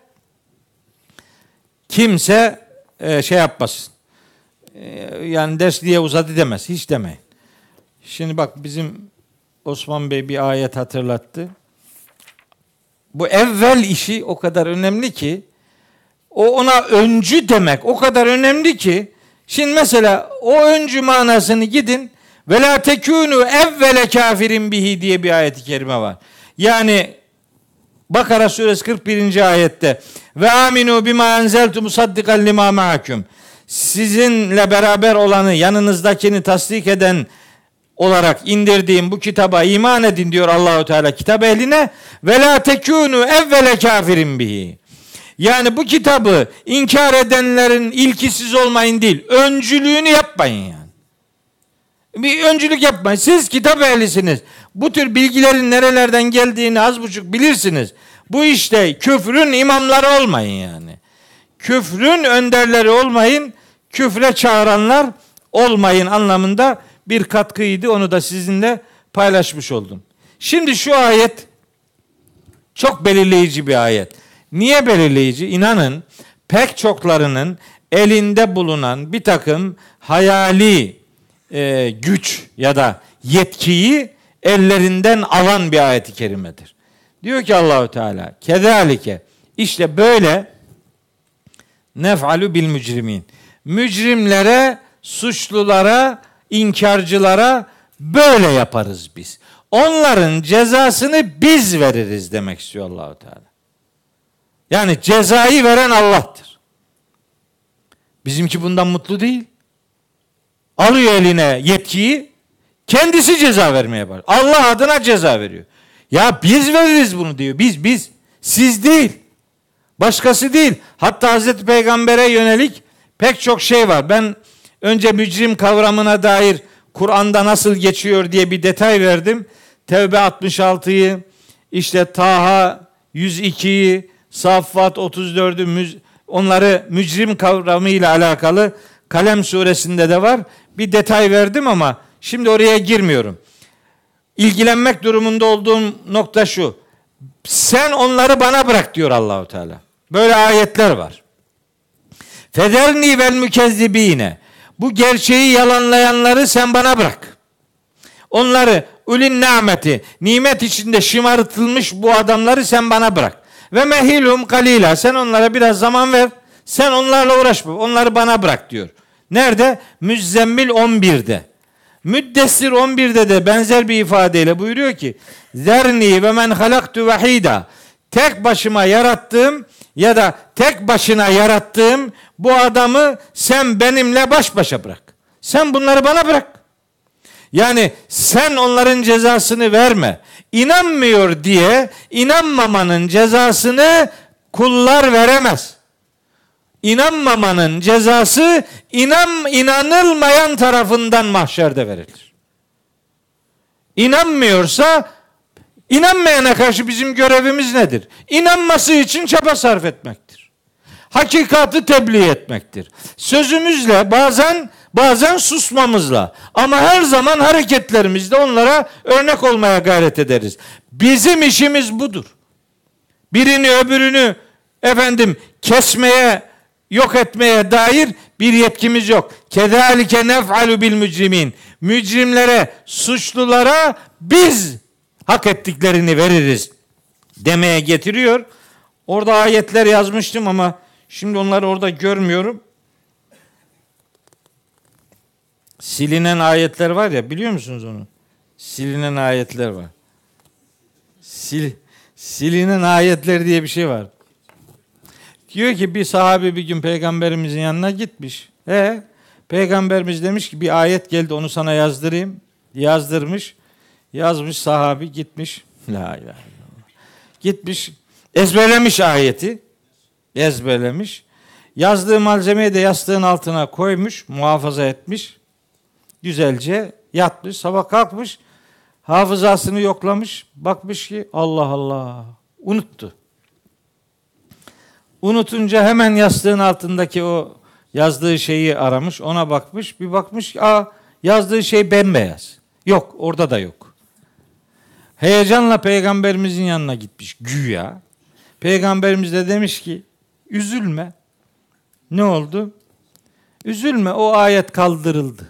şey yapmasın. Yani ders diye uzadı demez. Hiç demeyin. Şimdi bak bizim Osman Bey bir ayet hatırlattı. Bu evvel işi o kadar önemli ki ona öncü demek o kadar önemli ki şimdi mesela o öncü manasını gidin ve la tekunu evvele kafirin bihi diye bir ayet-i kerime var. Yani Bakara suresi 41. ayette ve aminu bima enzeltu musaddikan lima ma'akum. Sizinle beraber olanı, yanınızdakini tasdik eden olarak indirdiğim bu kitaba iman edin diyor Allahu Teala kitap ehline ve la tekunu evvele kafirin bihi. Yani bu kitabı inkar edenlerin ilkisiz olmayın değil, öncülüğünü yapmayın yani. Bir öncülük yapmayın. Siz kitap ehlisiniz. Bu tür bilgilerin nerelerden geldiğini az buçuk bilirsiniz. Bu işte küfrün imamları olmayın yani. Küfrün önderleri olmayın, küfre çağıranlar olmayın anlamında bir katkıydı. Onu da sizinle paylaşmış oldum. Şimdi şu ayet çok belirleyici bir ayet. Niye belirleyici? İnanın pek çoklarının elinde bulunan bir takım hayali güç ya da yetkiyi ellerinden alan bir ayet-i kerimedir. Diyor ki Allahu Teala kezalike işte böyle nef'alu bil mücrimin. Mücrimlere, suçlulara, inkarcılara böyle yaparız biz. Onların cezasını biz veririz demek istiyor Allahu Teala. Yani cezayı veren Allah'tır. Bizimki bundan mutlu değil. Alıyor eline yetkiyi, kendisi ceza vermeye başlıyor. Allah adına ceza veriyor. Ya biz veririz bunu diyor. Biz. Siz değil. Başkası değil. Hatta Hazreti Peygamber'e yönelik pek çok şey var. Ben önce mücrim kavramına dair Kur'an'da nasıl geçiyor diye bir detay verdim. Tevbe 66'yı, işte Taha 102'yi, Saffat 34'ü, onları mücrim kavramıyla alakalı Kalem suresinde de var. Bir detay verdim ama şimdi oraya girmiyorum. İlgilenmek durumunda olduğum nokta şu. Sen onları bana bırak diyor Allahu Teala. Böyle ayetler var. Federni vel mükezzibine. Bu gerçeği yalanlayanları sen bana bırak. Onları ulin nimeti, nimet içinde şımartılmış bu adamları sen bana bırak. Ve mehilhum kalila. Sen onlara biraz zaman ver. Sen onlarla uğraşma. Onları bana bırak diyor. Nerede? Müzzemmil 11'de. Müddessir 11'de de benzer bir ifadeyle buyuruyor ki zerni ve men halaktu vahida. Tek başıma yarattığım ya da tek başına yarattığım bu adamı sen benimle baş başa bırak. Sen bunları bana bırak. Yani sen onların cezasını verme. İnanmıyor diye inanmamanın cezasını kullar veremez. İnanmamanın cezası inanılmayan tarafından mahşerde verilir. İnanmıyorsa inanmayana karşı bizim görevimiz nedir? İnanması için çaba sarf etmektir. Hakikati tebliğ etmektir. Sözümüzle bazen susmamızla ama her zaman hareketlerimizle onlara örnek olmaya gayret ederiz. Bizim işimiz budur. Birini öbürünü kesmeye, yok etmeye dair bir yetkimiz yok. Kezalike nef'alu bil mücrimin. Mücrimlere, suçlulara biz hak ettiklerini veririz demeye getiriyor. Orada ayetler yazmıştım ama şimdi onları orada görmüyorum. Silinen ayetler var ya, biliyor musunuz onu? Silinen ayetler var. Silinen ayetler diye bir şey var. Diyor ki bir sahabe bir gün peygamberimizin yanına gitmiş. Peygamberimiz demiş ki bir ayet geldi onu sana yazdırayım. Yazdırmış. Yazmış sahabi gitmiş. La ilahe illallah. Gitmiş ezberlemiş ayeti. Ezberlemiş. Yazdığı malzemeyi de yastığın altına koymuş. Muhafaza etmiş. Güzelce yatmış. Sabah kalkmış. Hafızasını yoklamış. Bakmış ki Allah Allah. Unuttu. Unutunca hemen yastığın altındaki o yazdığı şeyi aramış. Ona bakmış. Bir bakmış. Yazdığı şey bembeyaz. Yok. Orada da yok. Heyecanla peygamberimizin yanına gitmiş. Güya. Peygamberimiz de demiş ki üzülme. Ne oldu? Üzülme. O ayet kaldırıldı.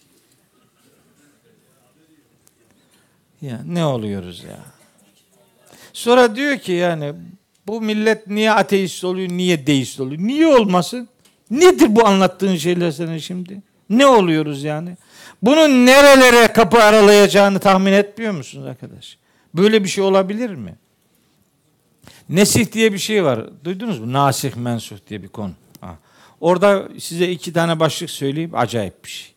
Ya ne oluyoruz ya? Sonra diyor ki yani bu millet niye ateist oluyor, niye deist oluyor? Niye olmasın? Nedir bu anlattığın şeyler senin şimdi? Ne oluyoruz yani? Bunun nerelere kapı aralayacağını tahmin etmiyor musunuz arkadaş? Böyle bir şey olabilir mi? Nesih diye bir şey var. Duydunuz mu? Nasih mensuh diye bir konu. Orada size 2 tane başlık söyleyeyim. Acayip bir şey.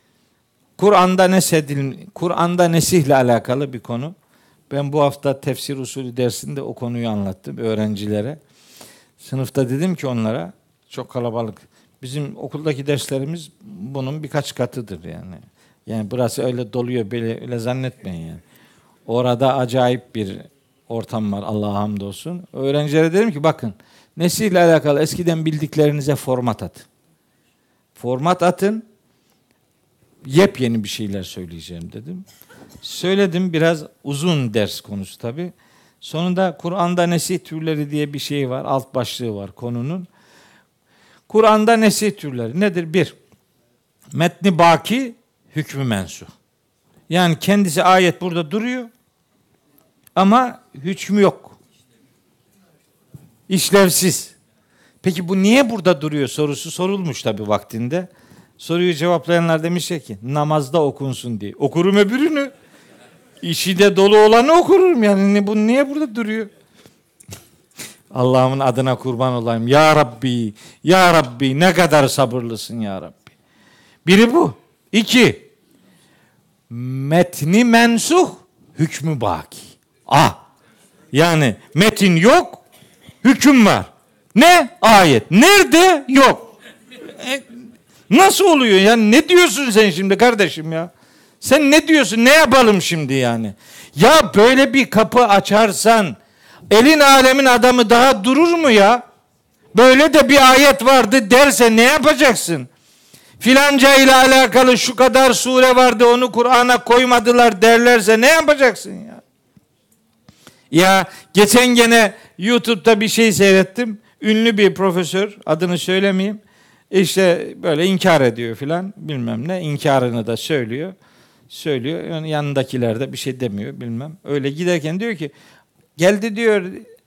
Kur'an'da nesihle alakalı bir konu. Ben bu hafta tefsir usulü dersinde o konuyu anlattım öğrencilere. Sınıfta dedim ki onlara, çok kalabalık. Bizim okuldaki derslerimiz bunun birkaç katıdır yani. Yani burası öyle doluyor, öyle zannetmeyin yani. Orada acayip bir ortam var, Allah'a hamdolsun. Öğrencilere dedim ki bakın, nesihle alakalı eskiden bildiklerinize format atın. Format atın. Yepyeni bir şeyler söyleyeceğim dedim. Söyledim, biraz uzun ders konusu tabii. Sonunda Kur'an'da nesih türleri diye bir şey var. Alt başlığı var konunun. Kur'an'da nesih türleri nedir? 1. Metni baki, hükmü mensuh. Yani kendisi ayet burada duruyor ama hükmü yok. İşlevsiz. Peki bu niye burada duruyor sorusu sorulmuş tabii vaktinde. Soruyu cevaplayanlar demişler ki namazda okunsun diye. Okurum öbürünü. İşi de dolu olanı okurum yani. Bu niye burada duruyor? Allah'ımın adına kurban olayım. Ya Rabbi, Ya Rabbi ne kadar sabırlısın Ya Rabbi. Biri bu. 2. Metni mensuh, hükmü baki. Yani metin yok, hüküm var. Ne? Ayet. Nerede? Yok. Nasıl oluyor ya? Ne diyorsun sen şimdi kardeşim ya? Sen ne diyorsun? Ne yapalım şimdi yani? Ya böyle bir kapı açarsan elin alemin adamı daha durur mu ya? Böyle de bir ayet vardı derse ne yapacaksın? Filanca ile alakalı şu kadar sure vardı onu Kur'an'a koymadılar derlerse ne yapacaksın ya? Ya geçen gene YouTube'da bir şey seyrettim. Ünlü bir profesör, adını söylemeyeyim. İşte böyle inkar ediyor filan bilmem ne. İnkarını da söylüyor. Yani yanındakiler de bir şey demiyor bilmem. Öyle giderken diyor ki geldi diyor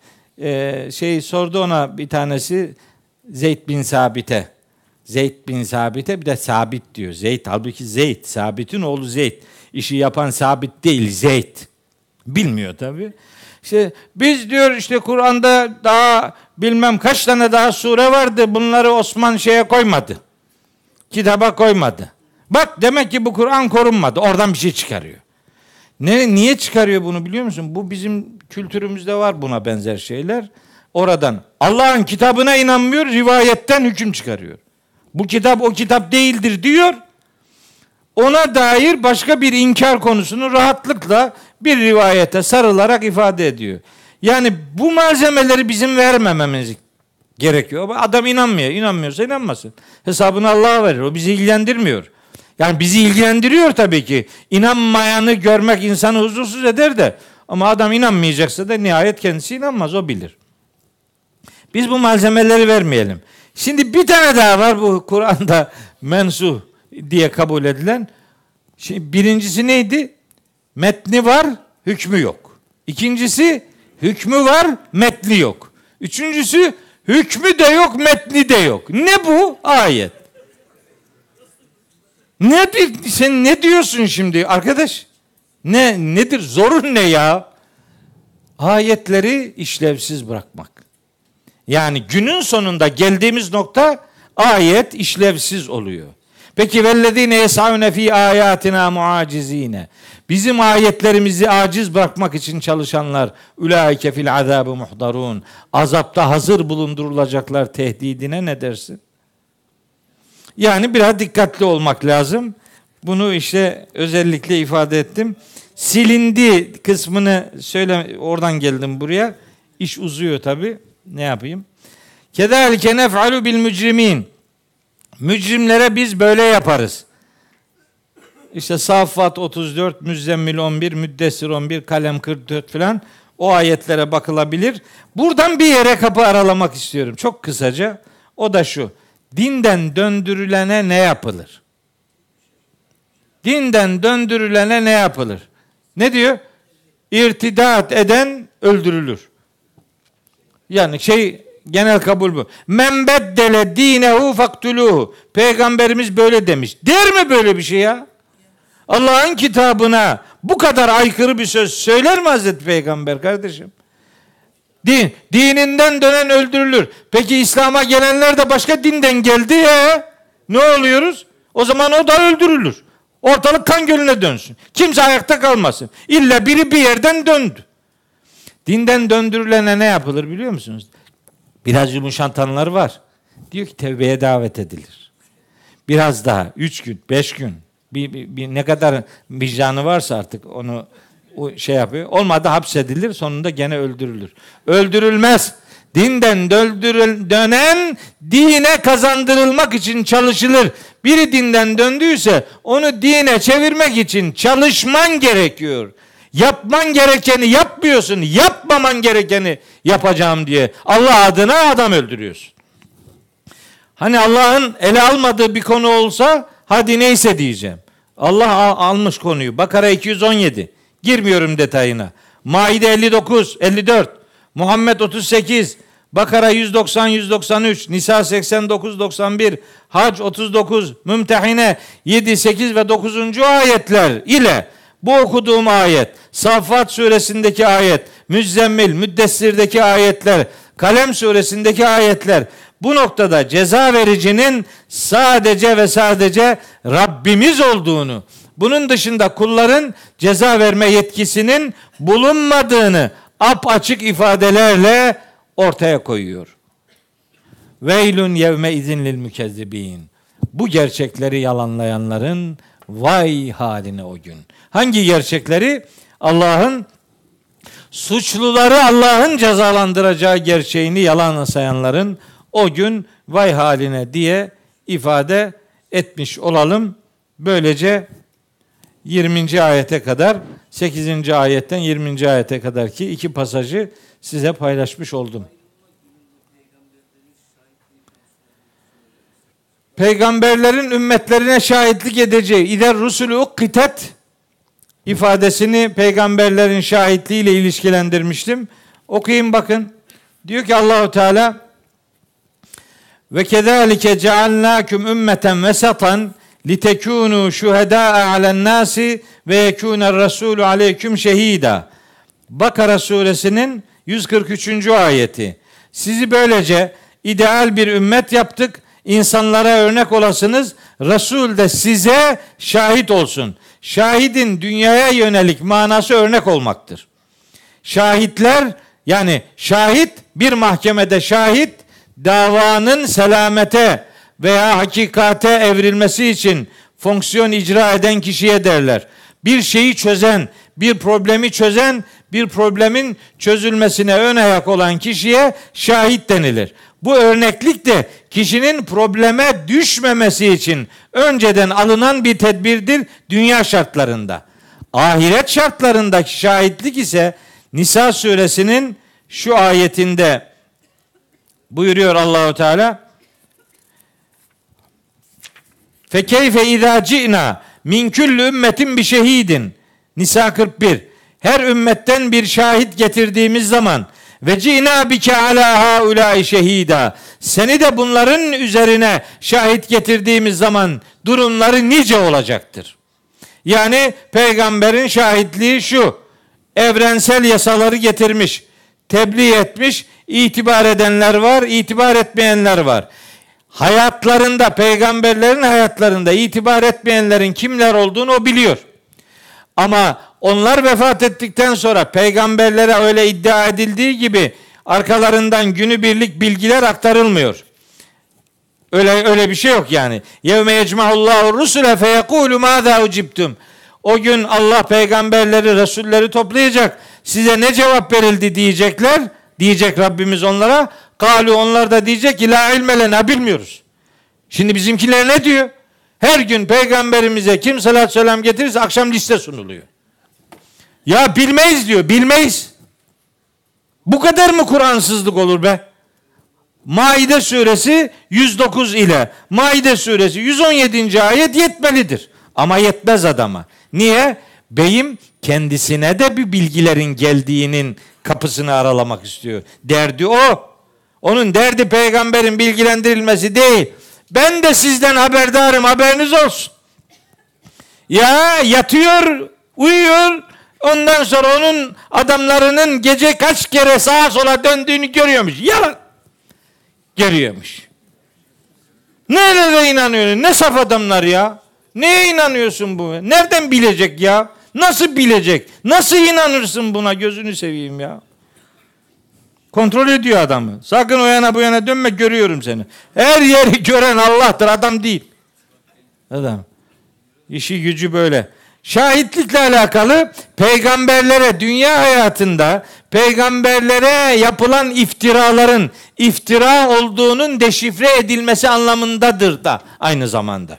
sordu ona bir tanesi Zeyd bin Sabit'e. Zeyd bin Sabit'e bir de Sabit diyor. Zeyd halbuki Zeyd. Sabit'in oğlu Zeyd. İşi yapan Sabit değil Zeyd. Bilmiyor tabii. İşte biz diyor işte Kur'an'da daha bilmem kaç tane daha sure vardı. Bunları Osman koymadı. Kitaba koymadı. Bak demek ki bu Kur'an korunmadı. Oradan bir şey çıkarıyor. Niye çıkarıyor bunu biliyor musun? Bu bizim kültürümüzde var buna benzer şeyler. Oradan Allah'ın kitabına inanmıyor, rivayetten hüküm çıkarıyor. Bu kitap o kitap değildir diyor. Ona dair başka bir inkar konusunu rahatlıkla bir rivayete sarılarak ifade ediyor. Yani bu malzemeleri bizim vermememiz gerekiyor. Adam inanmıyor. İnanmıyorsa inanmasın. Hesabını Allah'a verir. O bizi ilgilendirmiyor. Yani bizi ilgilendiriyor tabii ki. İnanmayanı görmek insanı huzursuz eder de. Ama adam inanmayacaksa da nihayet kendisi inanmaz. O bilir. Biz bu malzemeleri vermeyelim. Şimdi bir tane daha var bu Kur'an'da mensuh diye kabul edilen. Şimdi birincisi neydi? Metni var, hükmü yok. İkincisi hükmü var, metni yok. Üçüncüsü hükmü de yok, metni de yok. Ne bu? Ayet. Sen ne diyorsun şimdi arkadaş? Nedir? Zorun ne ya? Ayetleri işlevsiz bırakmak. Yani günün sonunda geldiğimiz nokta ayet işlevsiz oluyor. Peki vellezine yesavne fi ayatina muacizine. Bizim ayetlerimizi aciz bırakmak için çalışanlar ulaike fil azabı muhdarun. Azapta hazır bulundurulacaklar tehdidine ne dersin? Yani biraz dikkatli olmak lazım. Bunu işte özellikle ifade ettim. Silindi kısmını söyle, oradan geldim buraya. İş uzuyor tabii. Ne yapayım? Kedalike nef'alu bil mücrimin. Mücrimlere biz böyle yaparız. İşte Saffat 34, Müzzemmil 11, Müddessir 11, Kalem 44 falan o ayetlere bakılabilir. Buradan bir yere kapı aralamak istiyorum. Çok kısaca. O da şu. Dinden döndürülene ne yapılır? Dinden döndürülene ne yapılır? Ne diyor? İrtidat eden öldürülür. Yani genel kabul bu. Men beddele dinehu faktuluhu. Peygamberimiz böyle demiş. Der mi böyle bir şey ya? Allah'ın kitabına bu kadar aykırı bir söz söyler mi Hazreti Peygamber kardeşim? Dininden dönen öldürülür. Peki İslam'a gelenler de başka dinden geldi ya. Ne oluyoruz? O zaman o da öldürülür. Ortalık kan gölüne dönsün. Kimse ayakta kalmasın. İlla biri bir yerden döndü. Dinden döndürülene ne yapılır biliyor musunuz? Biraz yumuşatanlar var. Diyor ki tevbeye davet edilir. Biraz daha 3 gün, 5 gün bir ne kadar vicdanı varsa artık onu yapıyor. Olmadı hapsedilir, sonunda gene öldürülür. Öldürülmez. Dinden dönen dine kazandırılmak için çalışılır. Biri dinden döndüyse onu dine çevirmek için çalışman gerekiyor. Yapman gerekeni yapmıyorsun. Yapmaman gerekeni yapacağım diye Allah adına adam öldürüyorsun. Hani Allah'ın ele almadığı bir konu olsa hadi neyse diyeceğim. Allah almış konuyu. Bakara 217. Girmiyorum detayına. Maide 59, 54. Muhammed 38. Bakara 190, 193. Nisa 89, 91. Hac 39. Mümtehine 7, 8 ve 9. ayetler ile bu okuduğum ayet, Saffat suresindeki ayet, Müzzemmil, Müddessir'deki ayetler, Kalem suresindeki ayetler, bu noktada ceza vericinin sadece ve sadece Rabbimiz olduğunu, bunun dışında kulların ceza verme yetkisinin bulunmadığını apaçık ifadelerle ortaya koyuyor. Veylun yevme izin lil mükezzibin. Bu gerçekleri yalanlayanların vay haline o gün. Hangi gerçekleri? Allah'ın suçluları Allah'ın cezalandıracağı gerçeğini yalan sayanların o gün vay haline diye ifade etmiş olalım. Böylece 20. ayete kadar 8. ayetten 20. ayete kadar ki iki pasajı size paylaşmış oldum. Peygamberlerin ümmetlerine şahitlik edeceği İder rusulü ukkitet ifadesini peygamberlerin şahitliğiyle ilişkilendirmiştim. Okuyun bakın. Diyor ki Allahu Teala ve kezalike cealnakum ümmeten vesatan litekunu şuhedâ'a alen nasi ve yekûner rasûlü aleyküm şehîdâ. Bakara suresinin 143. ayeti. Sizi böylece ideal bir ümmet yaptık. İnsanlara örnek olasınız. Resul de size şahit olsun. Şahidin dünyaya yönelik manası örnek olmaktır. Şahitler yani şahit bir mahkemede şahit davanın selamete veya hakikate evrilmesi için fonksiyon icra eden kişiye derler. Bir şeyi çözen, bir problemi çözen, bir problemin çözülmesine ön ayak olan kişiye şahit denilir. Bu örneklik de kişinin probleme düşmemesi için önceden alınan bir tedbirdir dünya şartlarında. Ahiret şartlarındaki şahitlik ise Nisa suresinin şu ayetinde buyuruyor Allahu Teala. Fe keyfe izâ ci'nâ min kulli ümmetin bi şehidin. Nisa 41. Her ümmetten bir şahit getirdiğimiz zaman ve ci'nâ bike alâ haulâi şehîdâ. Seni de bunların üzerine şahit getirdiğimiz zaman durumları nice olacaktır. Yani peygamberin şahitliği şu. Evrensel yasaları getirmiş, tebliğ etmiş, itibar edenler var, itibar etmeyenler var. Hayatlarında, peygamberlerin hayatlarında itibar etmeyenlerin kimler olduğunu o biliyor. Ama onlar vefat ettikten sonra peygamberlere öyle iddia edildiği gibi arkalarından günübirlik bilgiler aktarılmıyor. Öyle bir şey yok yani. Yevme yecma'ullahu rusule feyekulu mâzâ ucibtum. O gün Allah peygamberleri, resulleri toplayacak. Size ne cevap verildi diyecekler. Diyecek Rabbimiz onlara. Kalu onlar da diyecek ki la ilme lena bilmiyoruz. Şimdi bizimkiler ne diyor? Her gün peygamberimize kim salatü selam getirirse akşam liste sunuluyor. Ya bilmeyiz diyor. Bilmeyiz. Bu kadar mı Kur'ansızlık olur be? Maide suresi 109 ile Maide suresi 117. ayet yetmelidir. Ama yetmez adama. Niye? Beyim kendisine de bir bilgilerin geldiğinin kapısını aralamak istiyor. Derdi o. Onun derdi peygamberin bilgilendirilmesi değil. Ben de sizden haberdarım, haberiniz olsun. Ya yatıyor, uyuyor. Ondan sonra onun adamlarının gece kaç kere sağa sola döndüğünü görüyormuş. Yalan. Görüyormuş. Nerede inanıyorsun? Ne saf adamlar ya? Neye inanıyorsun bu? Nereden bilecek ya? Nasıl bilecek? Nasıl inanırsın buna? Gözünü seveyim ya. Kontrol ediyor adamı. Sakın o yana bu yana dönme, görüyorum seni. Her yeri gören Allah'tır, adam değil. Adam. İşi gücü böyle. Şahitlikle alakalı peygamberlere dünya hayatında peygamberlere yapılan iftiraların iftira olduğunun deşifre edilmesi anlamındadır da aynı zamanda.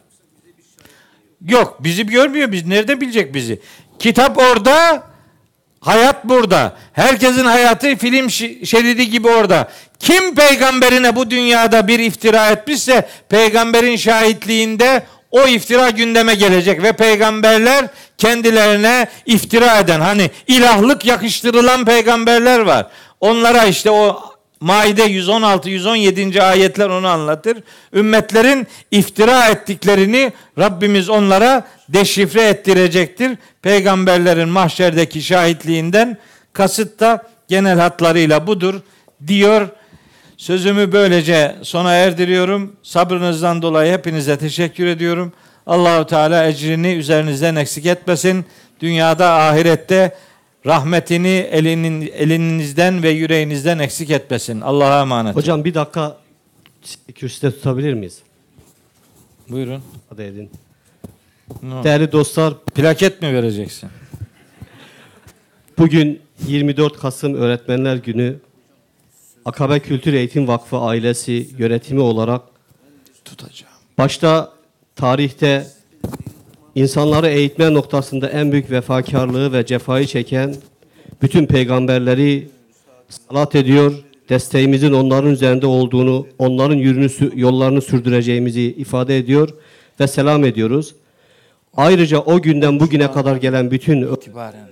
Yok, bizi görmüyor, biz nerede bilecek bizi? Kitap orada, hayat burada. Herkesin hayatı film şeridi gibi orada. Kim peygamberine bu dünyada bir iftira etmişse peygamberin şahitliğinde o iftira gündeme gelecek ve peygamberler kendilerine iftira eden, hani ilahlık yakıştırılan peygamberler var. Onlara işte o Maide 116-117. ayetler onu anlatır. Ümmetlerin iftira ettiklerini Rabbimiz onlara deşifre ettirecektir. Peygamberlerin mahşerdeki şahitliğinden kasıt da genel hatlarıyla budur diyor. Sözümü böylece sona erdiriyorum. Sabrınızdan dolayı hepinize teşekkür ediyorum. Allahu Teala ecrini üzerinizden eksik etmesin. Dünyada, ahirette rahmetini elinizden ve yüreğinizden eksik etmesin. Allah'a emanet. Hocam bir dakika kürsüde tutabilir miyiz? Buyurun. Hadi edin. No. Değerli dostlar, Plaket mi vereceksin? bugün 24 Kasım Öğretmenler Günü. Akabe Kültür Eğitim Vakfı ailesi yönetimi olarak Tutacağım. başta tarihte insanları eğitme noktasında en büyük vefakarlığı ve cefayı çeken bütün peygamberleri salat ediyor. Desteğimizin onların üzerinde olduğunu, onların yollarını sürdüreceğimizi ifade ediyor ve selam ediyoruz. Ayrıca o günden bugüne kadar gelen bütün İtibaren.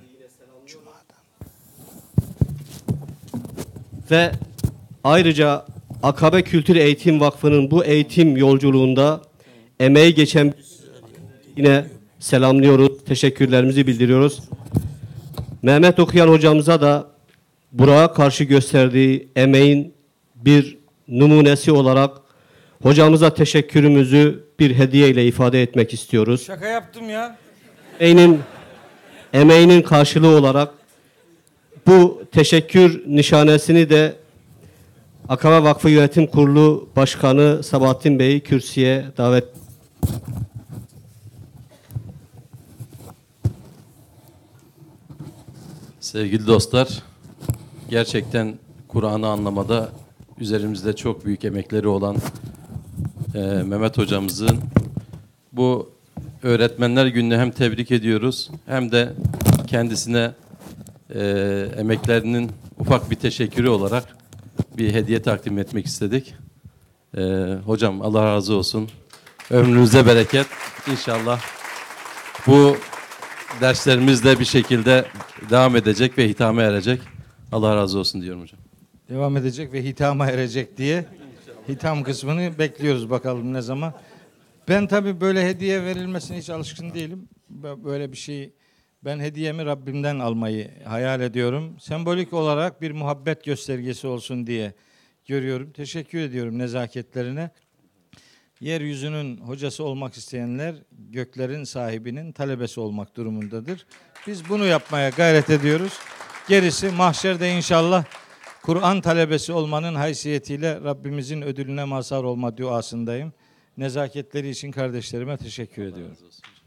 ve ayrıca Akabe Kültür Eğitim Vakfı'nın bu eğitim yolculuğunda emeği geçen yine selamlıyoruz, teşekkürlerimizi bildiriyoruz. Mehmet Okuyan hocamıza da Burak'a karşı gösterdiği emeğin bir numunesi olarak hocamıza teşekkürümüzü bir hediye ile ifade etmek istiyoruz. Şaka yaptım ya. Emeğinin karşılığı olarak bu teşekkür nişanesini de Akabe Vakfı Yönetim Kurulu Başkanı Sabahattin Bey'i kürsüye davet. Sevgili dostlar, gerçekten Kur'an'ı anlamada üzerimizde çok büyük emekleri olan Mehmet hocamızın bu Öğretmenler Günü'nü hem tebrik ediyoruz hem de kendisine emeklerinin ufak bir teşekkürü olarak bir hediye takdim etmek istedik. Hocam Allah razı olsun. Ömrünüze bereket. İnşallah bu derslerimiz de bir şekilde devam edecek ve hitama erecek. Allah razı olsun diyorum hocam. Devam edecek ve hitama erecek diye hitam kısmını bekliyoruz bakalım ne zaman. Ben tabii böyle hediye verilmesine hiç alışkın değilim. Böyle bir şey, ben hediyemi Rabbimden almayı hayal ediyorum. Sembolik olarak bir muhabbet göstergesi olsun diye görüyorum. Teşekkür ediyorum nezaketlerine. Yeryüzünün hocası olmak isteyenler göklerin sahibinin talebesi olmak durumundadır. Biz bunu yapmaya gayret ediyoruz. Gerisi mahşerde inşallah Kur'an talebesi olmanın haysiyetiyle Rabbimizin ödülüne mazhar olma duasındayım. Nezaketleri için kardeşlerime teşekkür ediyorum.